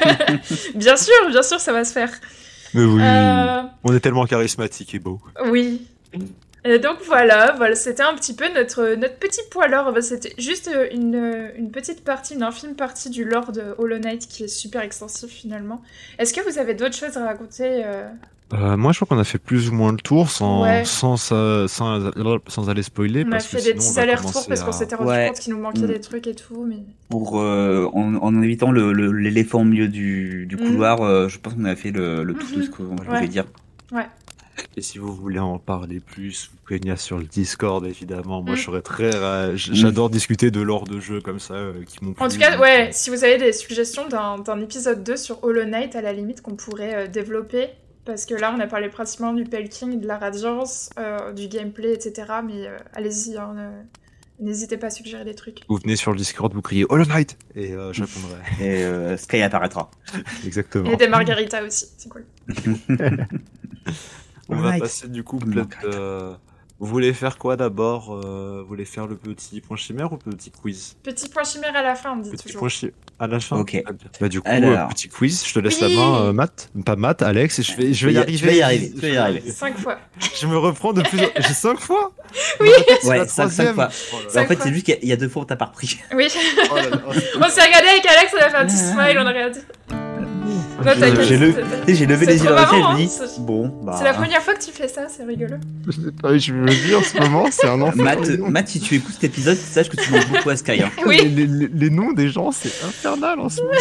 Bien sûr, bien sûr, ça va se faire. Mais oui, Euh, on est tellement charismatique et beau. oui. Et donc voilà, voilà, c'était un petit peu notre, notre petit point lore. Bah, c'était juste euh, une, euh, une petite partie, une infime partie du lore de Hollow Knight qui est super extensif finalement. Est-ce que vous avez d'autres choses à raconter euh Euh, moi, je crois qu'on a fait plus ou moins le tour sans, Ouais. sans, sans, sans, sans aller spoiler. On a parce que fait des sinon, on petits va allers-retours commencer parce qu'on à- s'était rendu Ouais. compte qu'il nous manquait Mm. des trucs et tout. Mais... Pour euh, en, en évitant le, le- l'éléphant au milieu du, du Mhm. couloir, euh, je pense qu'on a fait le, le tour de Mhm. ce que je Ouais. voulais dire. Et si vous voulez en parler plus, vous pouvez venir sur le Discord, évidemment. Moi, Mm. je serais très. ra- j- J'adore discuter de lore de jeux comme ça euh, qui m'ont En plu. tout cas, Donc, ouais, euh, si vous avez des suggestions d'un d'un épisode deux sur Hollow Knight, à la limite, qu'on pourrait euh, développer, parce que là, on a parlé principalement du Pelking, de la Radiance, euh, du gameplay, et cetera. Mais euh, allez-y, hein, euh, n'hésitez pas à suggérer des trucs. Vous venez sur le Discord, vous criez Hollow Knight et euh, je répondrai. Et euh, Sky apparaîtra. Exactement. Et des margaritas aussi, c'est cool. On Hollow va Knight. passer du coup Comme peut-être. Margaret. euh, Vous voulez faire quoi d'abord euh, Vous voulez faire le petit point chimère ou le petit quiz? Petit point chimère à la fin, on dit Petit toujours. point chimère à la fin. Ok. Très bien. Bah du coup, Alors. euh, petit quiz. Je te laisse Oui. la main, euh, Matt. Pas Matt, Alex. Et je vais, je vais y Tu vas y- arriver. tu vas y arriver, tu vas y arriver. Cinq fois. Je me reprends de plus. en- J'ai cinq fois. Oui. C'est Ouais, la cinq- cinq troisième. fois. Oh là là. en Cinq fait, fois. c'est juste qu'il y a- il y a deux fois où t'as pas repris. Oui. Oh là là. Oh, c'est- On s'est regardé avec Alex, on a fait un petit smile, on a regardé. Non, J'ai- t'inquiète. j'ai le- c'est- Tu sais, j'ai levé C'est les yeux trop dans le ciel et je marrant, me dis, hein, c'est- bon, bah. C'est la première fois que tu fais ça, c'est rigolo. Je sais pas, je me dis en ce moment, c'est un enfant. Matt, les, noms, Matt, si tu écoutes cet épisode, sache que tu manques beaucoup à Sky. Hein. Oui. les, les- les noms des gens, c'est infernal en ce moment.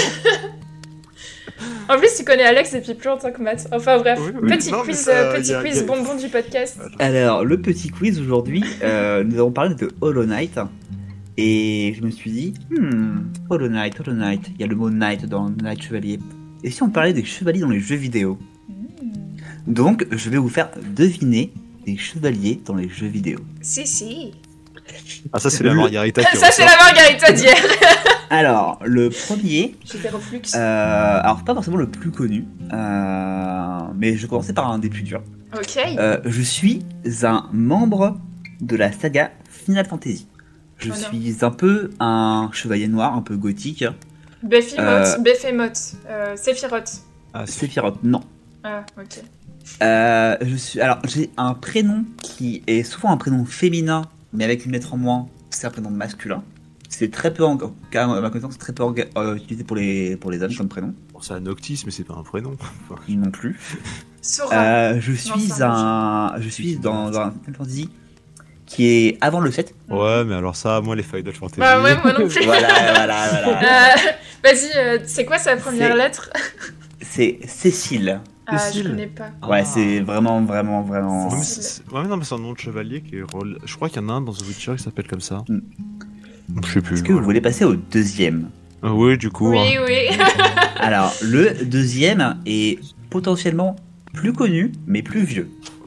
En plus, tu connais Alex depuis plus longtemps que Matt. Enfin bref, Oui, oui. petit Non, mais quiz, ça, euh, petit y a- quiz y a- bonbon du podcast. Alors, le petit quiz aujourd'hui, euh, nous allons parler de Hollow Knight. Et je me suis dit, hmm, Hollow Knight, Hollow Knight, il y a le mot Knight dans Knight Chevalier. Et si on parlait des chevaliers dans les jeux vidéo? Donc, je vais vous faire deviner des chevaliers dans les jeux vidéo. Si, si. Ah, ça, c'est la Le- Margarita qui Ça, c'est ressort. la margarita d'hier. Alors, le premier, J'ai des reflux. euh, alors pas forcément le plus connu, euh, mais je vais commencer par un des plus durs. Ok. Euh, je suis un membre de la saga Final Fantasy. Je Oh non. suis un peu un chevalier noir, un peu gothique. Behemoth, euh, Behemoth, euh, Sephiroth. Ah, c'est Sephiroth, non. Ah, ok. Euh, je suis, alors j'ai un prénom qui est souvent un prénom féminin, mais avec une lettre en moins, c'est un prénom masculin. C'est très peu, en, car à ma connaissance, c'est très peu orga- euh, utilisé pour les pour les hommes comme prénom. bon, c'est un Noctis, mais c'est pas un prénom. Enfin, Non plus. Sora. Euh, je suis c'est un un, je suis dans un Final Fantasy qui est avant le sept. ouais, mais alors ça, moi, les Final Fantasy. Bah ouais, moi non plus. Voilà, voilà, voilà. Euh, Vas-y, euh, c'est quoi sa première C'est- lettre? C'est Cécile. Ah, je Cécile. connais pas. Ouais, Ah. c'est vraiment, vraiment, vraiment. Ouais, mais Cécile. c'est- ouais, mais non, mais c'est un nom de chevalier qui est. rel- Je crois qu'il y en a un dans The Witcher qui s'appelle comme ça. Mm. Je sais plus. Est-ce que vous voilà. voulez passer au deuxième? Ah oui, du coup. Oui, hein. oui. Alors, le deuxième est potentiellement plus connu, mais plus vieux.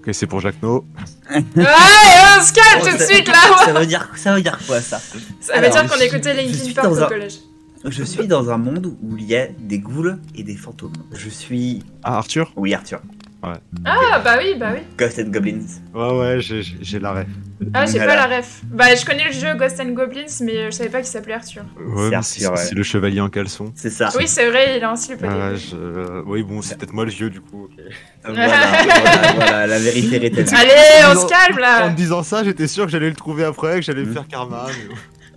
Ok, c'est pour Jacno. Ouais, on se calme Oh, tout de ça- suite là. Ça veut dire, ça veut dire quoi ça? Ça veut Alors, dire qu'on je- écoutait je Linkin suis Park dans au un- collège. Je suis dans un monde où il y a des ghouls et des fantômes. Je suis... Ah, Arthur? Oui, Arthur. Ah bah oui, bah oui. Ghosts and Goblins. Ouais, ouais, j'ai, j'ai j'ai la ref. Ah, j'ai Voilà. pas la ref. Bah, je connais le jeu Ghosts and Goblins, mais je savais pas qu'il s'appelait Arthur. Ouais, mais c'est, Arthur, ouais. c'est le chevalier en caleçon. C'est ça. Oui, c'est vrai, il a un slip au Ah, début. je... euh, Oui, bon, c'est peut-être moi le vieux du coup. ok. Voilà, voilà, voilà, la vérité est telle. Allez, on Non. se calme En là. me disant ça, j'étais sûr que j'allais le trouver après, que j'allais me Mm. faire karma. Mais...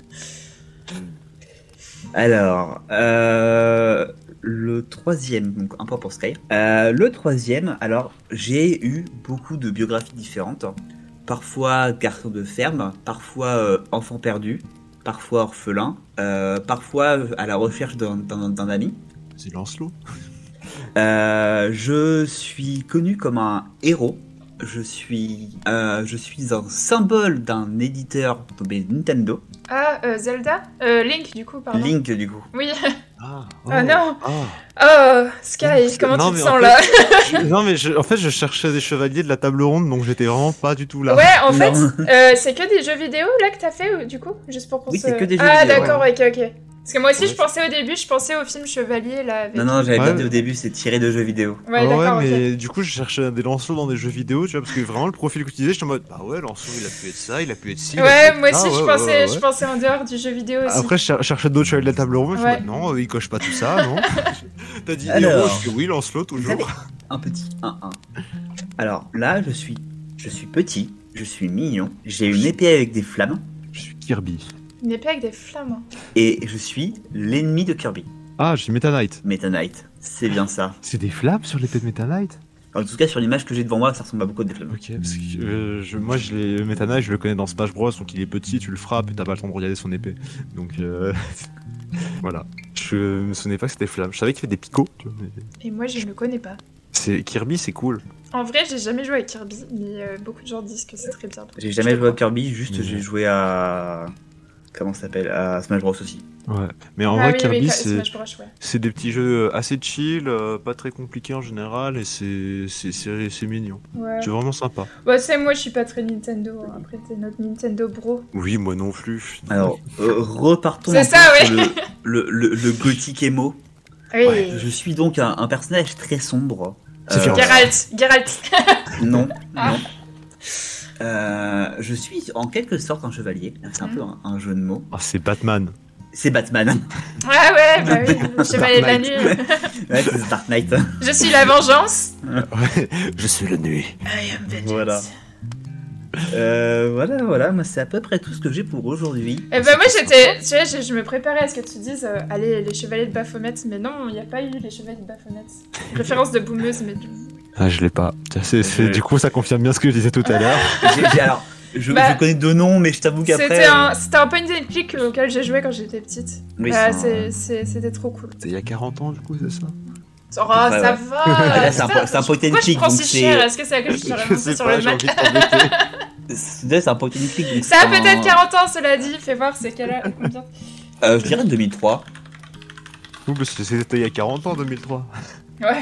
Alors, euh, le troisième, donc un point pour Sky. Euh, le troisième, alors j'ai eu beaucoup de biographies différentes. Parfois garçon de ferme, parfois euh, enfant perdu, parfois orphelin, euh, parfois à la recherche d'un, d'un, d'un ami. C'est Lancelot. Euh, je suis connu comme un héros. Je suis, euh, je suis un symbole d'un éditeur nommé Nintendo. Ah, euh, Zelda euh, Link, du coup, pardon. Link du coup. Oui. Ah, Ah, non. Ah. Oh, Sky, comment Non, tu te mais sens en là? Je- non mais je- en fait je cherchais des chevaliers de la table ronde donc j'étais vraiment pas du tout là. Ouais, en fait, Non. euh, c'est que des jeux vidéo là que t'as fait, ou- du coup? Juste pour qu'on Oui, se... c'est que des jeux Ah, vidéo, d'accord, ok, ok. Parce que moi aussi, Ouais. je pensais au début, je pensais au film Chevalier là. Avec... Non, non, j'avais Ouais. bien dit au début, c'est tiré de jeux vidéo. Ouais, Ah d'accord, ok. mais du coup je cherchais des Lancelots dans des jeux vidéo tu vois parce que vraiment le profil que tu disais j'étais en mode bah ouais Lancelot il a pu être ça, il a pu être ci. il a pu Ouais, être moi ça, aussi, je, ouais, pensais, ouais, ouais. je pensais en dehors du jeu vidéo aussi. Après je cher- cherchais d'autres chevaliers de la table ronde, je me Ouais. suis dit non il coche pas tout ça non. T'as dit Alors. héros, je fais oui Lancelot Vous avez toujours. un petit un un. Alors là, je suis, je suis petit, je suis mignon, j'ai une épée avec des flammes Je suis Kirby. Une épée avec des flammes. hein. et je suis l'ennemi de Kirby. Ah j'ai Meta Knight. Meta Knight, c'est bien ça. C'est des flammes sur l'épée de Meta Knight? En tout cas, sur l'image que j'ai devant moi, ça ressemble à beaucoup de flammes. Ok, parce que euh, je, moi je l'ai Meta Knight, je le connais dans Smash Bros, donc il est petit, tu le frappes et t'as pas le temps de regarder son épée. Donc euh, voilà. Je me souvenais pas que c'était flamme. Je savais qu'il fait des picots, tu vois, mais Et moi, je ne le connais pas. c'est Kirby, c'est cool. En vrai, j'ai jamais joué à Kirby, mais euh, beaucoup de gens disent que c'est très bien. donc J'ai je jamais te joué à crois. Kirby, juste Mhm. j'ai joué à comment ça s'appelle, à Smash Bros aussi. Ouais. Mais en Ah vrai oui, Kirby oui, c'est Smash Bros, ouais. c'est des petits jeux assez chill, euh, pas très compliqués en général et c'est c'est c'est c'est mignon. Ouais. C'est vraiment sympa. Bah, c'est moi, je suis pas très Nintendo. hein. Après, t'es notre Nintendo bro. Oui, moi non plus. Alors, euh, repartons C'est un ça, peu sur ouais. le, le, le, le gothique emo. Oui. Ouais, je suis donc un, un personnage très sombre. C'est Féroce. Geralt, Geralt. Non, Ah. non. Euh, je suis en quelque sorte un chevalier. C'est un peu un, un jeu de mots. Ah, c'est Batman. C'est Batman. Ouais, ouais, bah oui, le chevalier de la Dark nuit. Ouais, c'est Dark Knight. Je suis la vengeance. Ouais, je suis la nuit. I am vengeance. Voilà. Euh, voilà, voilà. Moi, c'est à peu près tout ce que j'ai pour aujourd'hui. Et bah moi j'étais, tu vois, je, je me préparais à ce que tu dises, euh, allez les chevaliers de Baphomet, mais non, il n'y a pas eu les chevaliers de Baphomet. Référence de boumeuse, mais du... Ah, je l'ai pas. C'est, c'est, Je- du coup, ça confirme bien ce que je disais tout à l'heure. J'ai- j'ai- alors, je, Bah, je connais deux noms, mais je t'avoue qu'après. c'était un, euh, c'était un point and click auquel j'ai joué quand j'étais petite. Oui, Ah, c'est c'est, un- c'est- c'était trop cool. C'était il y a quarante ans, du coup, c'est ça? Oh, Ouais, ça ouais. va. Là, c'est un putain, po- c'est un point and pourquoi je click, prends donc si c'est- cher? Est-ce que c'est à cause que je suis Je remontée sais sur pas, le j'ai Mac? envie de t'embêter. c'est c'est un point and click. donc Ça a c'est un- peut-être quarante ans, cela dit. Fais voir, c'est quelle heure, combien? Euh, je dirais deux mille trois. Oui, parce que c'était il y a quarante ans, deux mille trois. Ouais.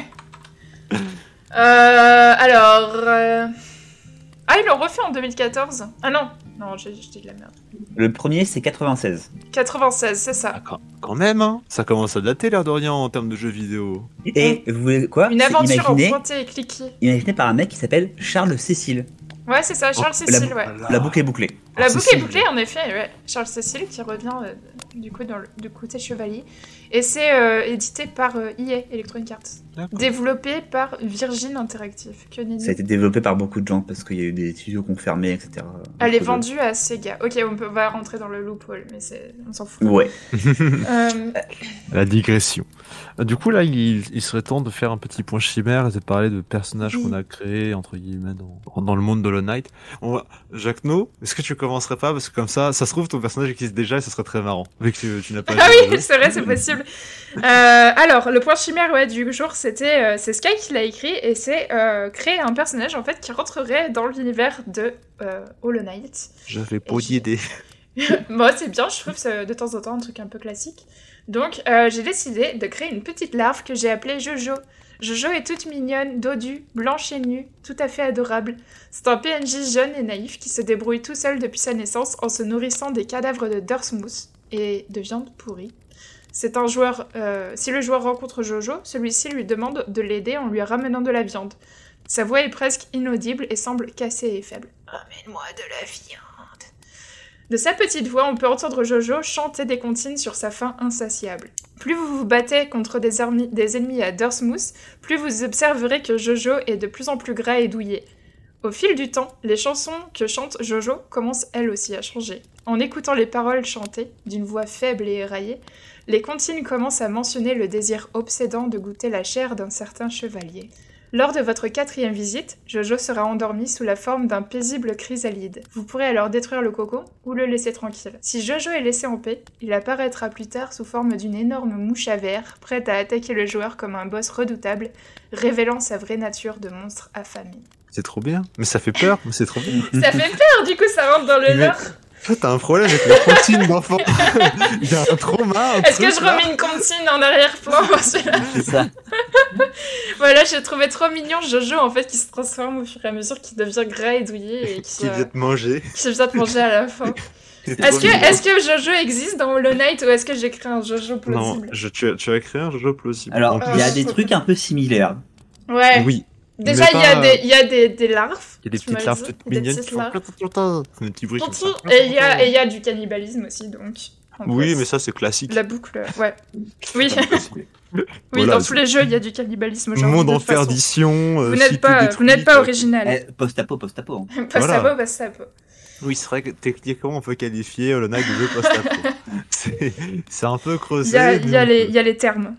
Euh, alors... euh, Ah, ils l'ont refait en deux mille quatorze. Ah non, non, j'ai j'ai dit de la merde. Le premier, c'est quatre-vingt-seize. quatre-vingt-seize, c'est ça. Ah, quand, quand même, hein. Ça commence à dater, l'air de rien, en termes de jeux vidéo. Et vous voulez quoi? Une C'est aventure en imaginé, pointé et cliqué. imaginé par un mec qui s'appelle Charles Cécile. Ouais, c'est ça, Charles Oh, Cécile, la- ouais. La boucle est bouclée. La Ah, boucle Cécile. est bouclée, en effet, ouais. Charles Cécile qui revient euh, du coup dans le du côté chevalier. Et c'est euh, édité par euh, E A, Electronic Arts. D'accord. Développé par Virgin Interactive. Que nenni. Ça a été développé par beaucoup de gens parce qu'il y a eu des studios confirmés, et cetera. Elle est Beaucoup de- vendue à Sega. Ok, on peut va rentrer dans le loophole, mais c'est... on s'en fout. Ouais. Euh, La digression. Euh, Du coup, là, il, il serait temps de faire un petit point chimère et de parler de personnages Oui. qu'on a créés, entre guillemets, dans, dans le monde de Hollow Knight. On va... Jacno, est-ce que tu commencerais pas? Parce que comme ça, ça se trouve, ton personnage existe déjà et ça serait très marrant. Vu que tu, tu n'as pas Ah joué au oui, jeu. c'est vrai, c'est possible. Euh, alors, le point chimère ouais, du jour, c'était euh, c'est Sky qui l'a écrit et c'est euh, créer un personnage en fait qui rentrerait dans l'univers de euh, Hollow Knight. J'avais pas Et j'ai- d'idée. Moi, c'est bien, je trouve que c'est de temps en temps un truc un peu classique. Donc, euh, j'ai décidé de créer une petite larve que j'ai appelée Jojo. Jojo est toute mignonne, dodue, blanche et nue, tout à fait adorable. C'est un P N J jeune et naïf qui se débrouille tout seul depuis sa naissance en se nourrissant des cadavres de Dorsmouth et de viande pourrie. C'est un joueur... Euh, si le joueur rencontre Jojo, celui-ci lui demande de l'aider en lui ramenant de la viande. Sa voix est presque inaudible et semble cassée et faible. « Ramène-moi de la viande !» De sa petite voix, on peut entendre Jojo chanter des comptines sur sa faim insatiable. Plus vous vous battez contre des, armi- des ennemis à Dorsmouth, plus vous observerez que Jojo est de plus en plus gras et douillet. Au fil du temps, les chansons que chante Jojo commencent elles aussi à changer. En écoutant les paroles chantées, d'une voix faible et éraillée, les comptines commencent à mentionner le désir obsédant de goûter la chair d'un certain chevalier. Lors de votre quatrième visite, Jojo sera endormi sous la forme d'un paisible chrysalide. Vous pourrez alors détruire le cocon ou le laisser tranquille. Si Jojo est laissé en paix, il apparaîtra plus tard sous forme d'une énorme mouche à verre, prête à attaquer le joueur comme un boss redoutable, révélant sa vraie nature de monstre affamé. C'est trop bien, mais ça fait peur, mais c'est trop bien. Ça fait peur, du coup ça rentre dans le Mais- lore. Toi, t'as un problème avec les comptines d'enfants. Il y a un trauma. un Est-ce que truc, je là. remets une comptine en arrière-plan? C'est ça. Voilà, j'ai trouvé trop mignon Jojo en fait qui se transforme au fur et à mesure qu'il devient gras et douillet et qui, Qui euh, vient te manger. qui vient te manger à la fin. C'est Est-ce trop que, mignon. est-ce que Jojo existe dans Hollow Knight ou est-ce que j'ai créé un Jojo Non, plausible? je, tu, as, tu as créé un jeu plausible. Alors, En Euh, il y a plus, des je- trucs un peu similaires. Ouais. oui. Déjà, Mais il y a pas- des, il y a des, des larves. Il y a des tu petites m'as larves dit, toutes des mignonnes petites qui font larves. des petits bruits comme ça. Et il y a, et il y a du cannibalisme aussi, donc. en Oui, fait. mais ça c'est classique. La boucle, ouais. Oui, oui, Voilà, dans c'est- tous les jeux, il y a du cannibalisme. j'ai envie, Monde de en toute façon. perdition. euh, Vous n'êtes cité pas, vous détruite, n'êtes pas euh, original. Eh, post-apo, post-apo. hein. Pas voilà. ça, pas ça. Oui, c'est vrai que techniquement on peut qualifier Hollow Knight de jeu post-apo. c'est c'est un peu creusé. Il y a, mais il y a on les, peut. il y a les termes.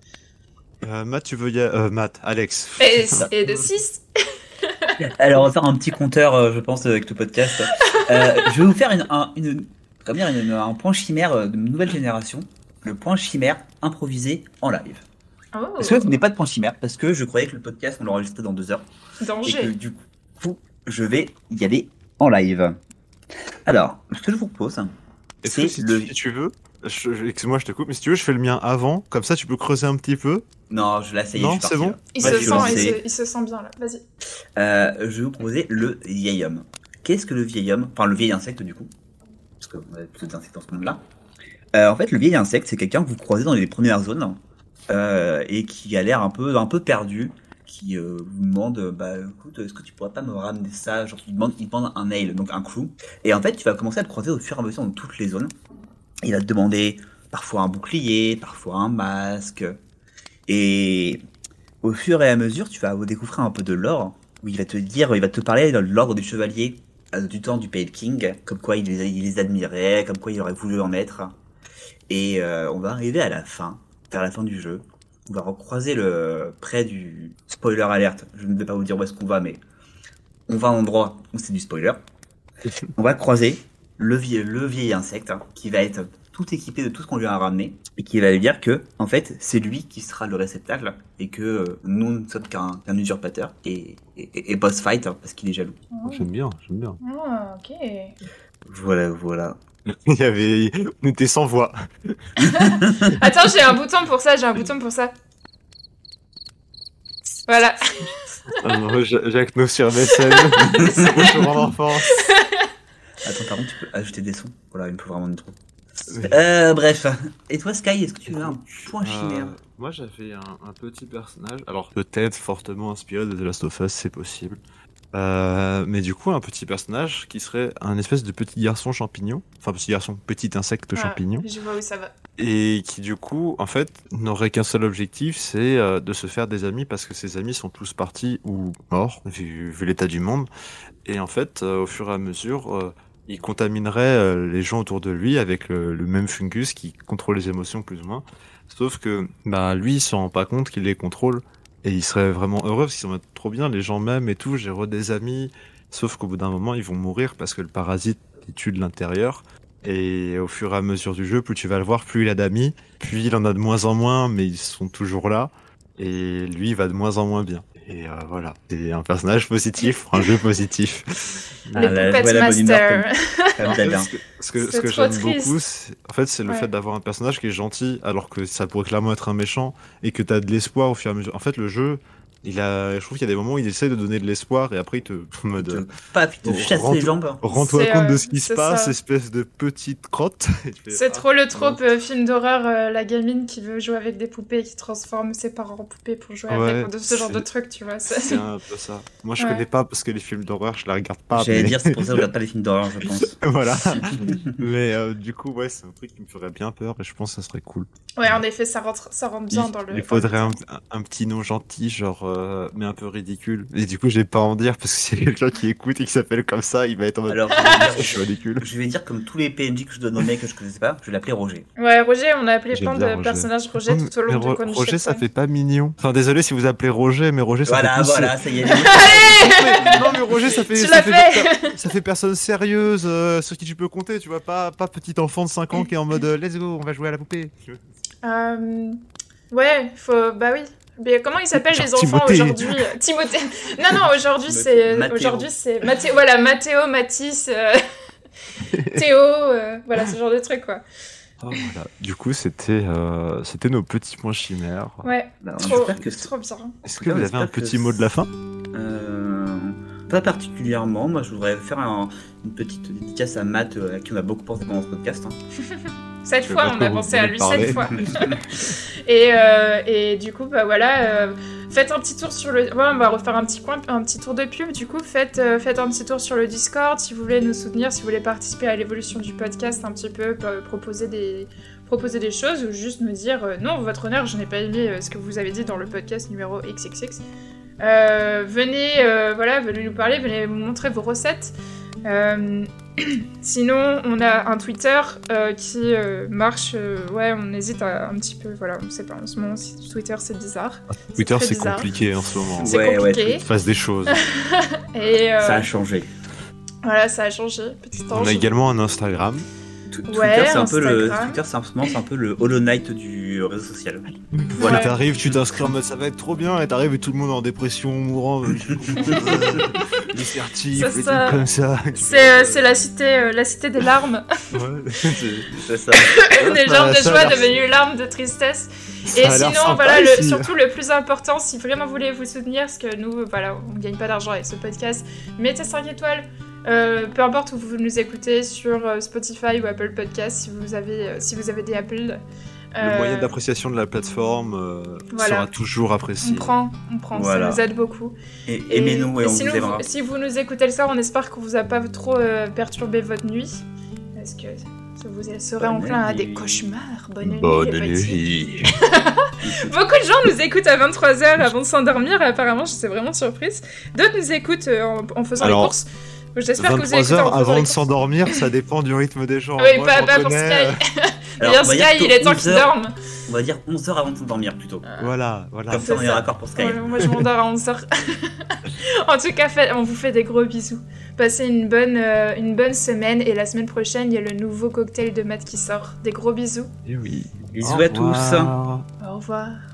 Euh, Matt, tu veux y aller euh, Matt, Alex. Et, et de six. Alors, on va faire un petit compteur, euh, je pense, avec le podcast. Euh, je vais vous faire une, un, une, comment dire, une- un point chimère euh, de nouvelle génération. Le point chimère improvisé en live. Oh, Parce que ce n'est pas de point chimère, parce que je croyais que le podcast, on l'enregistrait dans deux heures. Et que danger. du coup, je vais y aller en live. Alors, ce que je vous propose, Est-ce que c'est si, le... tu- si tu veux, je- je- excuse-moi, je te coupe, mais si tu veux, je fais le mien avant, comme ça tu peux creuser un petit peu. Non, je l'ai essayé. Non, je suis c'est parti, bon là. Il, Ouais, se je suis sent, il, lancé. se, il se sent bien là. Vas-y. Euh, je vais vous proposer le vieil homme. Qu'est-ce que le vieil homme? Enfin, le vieil insecte, du coup. Parce qu'on a plus d'insectes dans ce monde-là. Euh, en fait, le vieil insecte, c'est quelqu'un que vous croisez dans les premières zones euh, et qui a l'air un peu, un peu perdu, qui euh, vous demande, euh, bah écoute, est-ce que tu pourrais pas me ramener ça? Genre, il demande, il demande un nail, donc un clou. Et en fait, tu vas commencer à le croiser au fur et à mesure dans toutes les zones. Il va te demander parfois un bouclier, parfois un masque. Et au fur et à mesure, tu vas découvrir un peu de lore, où il va te dire, il va te parler de l'ordre des chevaliers euh, du temps du Pale King, comme quoi il les, il les admirait, comme quoi il aurait voulu en être. Et euh, on va arriver à la fin, vers la fin du jeu. On va recroiser le près du spoiler alerte. Je ne vais pas vous dire où est-ce qu'on va, mais on va à un endroit où c'est du spoiler. On va croiser le vieil, le vieil insecte hein, qui va être tout équipé de tout ce qu'on lui a ramené et qui va lui dire que en fait c'est lui qui sera le réceptacle et que euh, nous ne sommes qu'un qu'un usurpateur et, et, et boss fight hein, parce qu'il est jaloux. J'aime bien, j'aime bien. Ah, ok. Voilà, voilà. Il y avait, on était sans voix. Attends, j'ai un bouton pour ça, j'ai un bouton pour ça. Voilà. Ah non, Ja- Jacques No sur M S N. Bonjour en enfance. Attends, par contre, tu peux ajouter des sons. Voilà, il me faut vraiment une trop. Euh, bref. Et toi, Sky, est-ce que tu veux un point chimère Euh, moi j'avais un, un petit personnage, alors peut-être fortement inspiré de The Last of Us, c'est possible. Euh, mais du coup un petit personnage qui serait un espèce de petit garçon champignon, enfin petit garçon, petit insecte Ah, champignon, je vois où ça va. et qui du coup en fait n'aurait qu'un seul objectif, c'est euh, de se faire des amis parce que ses amis sont tous partis ou morts vu, vu l'état du monde. Et en fait euh, au fur et à mesure euh, il contaminerait euh, les gens autour de lui avec le, le même fungus qui contrôle les émotions plus ou moins. Sauf que bah lui il s'en rend pas compte qu'il les contrôle et il serait vraiment heureux parce qu'ils sont trop bien, les gens m'aiment et tout, j'ai re des amis. Sauf qu'au bout d'un moment ils vont mourir parce que le parasite les tue de l'intérieur. Et au fur et à mesure du jeu, plus tu vas le voir, plus il a d'amis. Puis il en a de moins en moins, mais ils sont toujours là. Et lui, il va de moins en moins bien. Et euh, voilà, c'est un personnage positif, un jeu positif. Les ah, Puppet Master. Comme, comme ce que, ce que, ce que j'aime beaucoup, c'est, en fait, c'est le ouais. fait d'avoir un personnage qui est gentil, alors que ça pourrait clairement être un méchant, et que t'as de l'espoir au fur et à mesure. En fait, le jeu, il a, je trouve qu'il y a des moments où il essaie de donner de l'espoir, et après il te, mode, pas, il te chasse les jambes. Rends-toi compte euh, de ce qui se passe, ça. Espèce de petite crotte. Fais, c'est ah, trop le trope euh, film d'horreur, euh, la gamine qui veut jouer avec des poupées et qui transforme ses parents en poupées pour jouer ouais, avec, de ce genre de truc, tu vois. C'est, c'est un peu ça. Moi, je ouais. connais pas parce que les films d'horreur, je les regarde pas. J'allais mais... dire, c'est pour ça que je regarde pas les films d'horreur, je pense. Voilà. Mais euh, du coup, ouais, c'est un truc qui me ferait bien peur et je pense que ça serait cool. Ouais, en effet, ça rentre, ça rentre bien il, dans le. Il faudrait un, un petit nom gentil, genre, euh, mais un peu ridicule. Et du coup, j'ai pas à en dire parce que s'il y a quelqu'un qui écoute et qui s'appelle comme ça, il va être en mode. Alors, je suis ridicule. Je vais dire comme tous les P N J que je dois nommer que je connaissais pas, je vais l'appeler Roger. Ouais, Roger, on a appelé J'aime plein de Roger. personnages Roger tout au long mais du connu. Roger, ça fait pas mignon. Enfin, désolé si vous appelez Roger, mais Roger, ça voilà, fait. Voilà, voilà, ça y est. Non, mais Roger, ça fait. Tu ça l'as fait, fait Ça fait personne sérieuse euh, sur qui tu peux compter, tu vois, pas, pas petit enfant de cinq ans qui est en mode let's go, on va jouer à la poupée. Euh. Ouais, faut. Bah oui. Mais comment ils s'appellent Genre les enfants Timothée. aujourd'hui Timothée. Non, non, aujourd'hui c'est. Mathéo. Aujourd'hui c'est. Mathéo, voilà, Mathéo, Mathis, euh... Théo, euh... voilà, ce genre de trucs, quoi. Oh, voilà. Du coup, c'était, euh, c'était nos petits points chimères. Ouais, bah, trop, que trop bien. Est-ce que vous avez un petit mot de la fin euh, Pas particulièrement. Moi, je voudrais faire un, une petite dédicace à Matt, euh, à qui on a beaucoup pensé pendant ce podcast. Hein. Cette fois, on a pensé à lui cette fois. et, euh, et du coup, bah voilà, euh, faites un petit tour sur le... Ouais, on va refaire un petit, coin, un petit tour de pub. Du coup, faites, euh, faites un petit tour sur le Discord si vous voulez nous soutenir, si vous voulez participer à l'évolution du podcast un petit peu, euh, proposer, des, proposer des choses ou juste me dire euh, non, votre honneur, je n'ai pas aimé euh, ce que vous avez dit dans le podcast numéro X X X. Euh, venez, euh, voilà, venez nous parler, venez nous montrer vos recettes. Euh, sinon, on a un Twitter euh, qui euh, marche. Euh, ouais, on hésite à, un petit peu. Voilà, on sait pas en ce moment si Twitter c'est bizarre. Twitter c'est, c'est bizarre. compliqué en ce moment. C'est ouais, compliqué. Ouais, fasse des choses. Et, euh, ça a changé. Voilà, ça a changé. Petit on a également un Instagram. Twitter, ouais, c'est un peu le Instagram. Twitter, c'est un, c'est un peu le Hollow Knight du réseau social. Voilà, ouais. T'arrives, tu t'inscris en mode ça va être trop bien, et t'arrives et tout le monde en dépression, mourant, des certifs, des trucs comme ça. C'est, euh, c'est la cité, euh, la cité des larmes. Ouais, c'est, c'est ça. Des larmes de joie devenues larmes de tristesse. Et sinon, voilà, le, surtout le plus important, si vraiment vous voulez vous soutenir, parce que nous, voilà, on gagne pas d'argent avec ce podcast, mettez cinq étoiles. Euh, peu importe où vous nous écoutez, sur euh, Spotify ou Apple Podcast, si vous avez, euh, si vous avez des Apple. Euh, le moyen d'appréciation de la plateforme euh, voilà. sera toujours apprécié. On prend, on prend, voilà. Ça nous aide beaucoup. Et, et aimez-nous et, et on sinon, vous aimera. Vous, si vous nous écoutez le soir, on espère qu'on vous a pas trop euh, perturbé votre nuit, parce que ça vous serait Bonne enclin à nuit. des cauchemars. Bonne, Bonne nuit, nuit. Beaucoup de gens nous écoutent à vingt-trois heures avant de s'endormir, apparemment, je suis vraiment surprise. D'autres nous écoutent euh, en, en faisant Alors, les courses. J'espère que vous vingt-trois heures avant de s'endormir, ça dépend du rythme des gens. Oui, Moi, pas, pas pour Sky. D'ailleurs, Sky, il est temps qu'il dorme. On va dire onze heures avant de s'endormir plutôt. Euh, voilà, voilà. Comme ça, on est raccord pour Sky. Ouais, moi, je m'endors à onze heures. En tout cas, fait, on vous fait des gros bisous. Passez une bonne, euh, une bonne semaine. Et la semaine prochaine, il y a le nouveau cocktail de Matt qui sort. Des gros bisous. Et oui. Bisous à tous. Au revoir.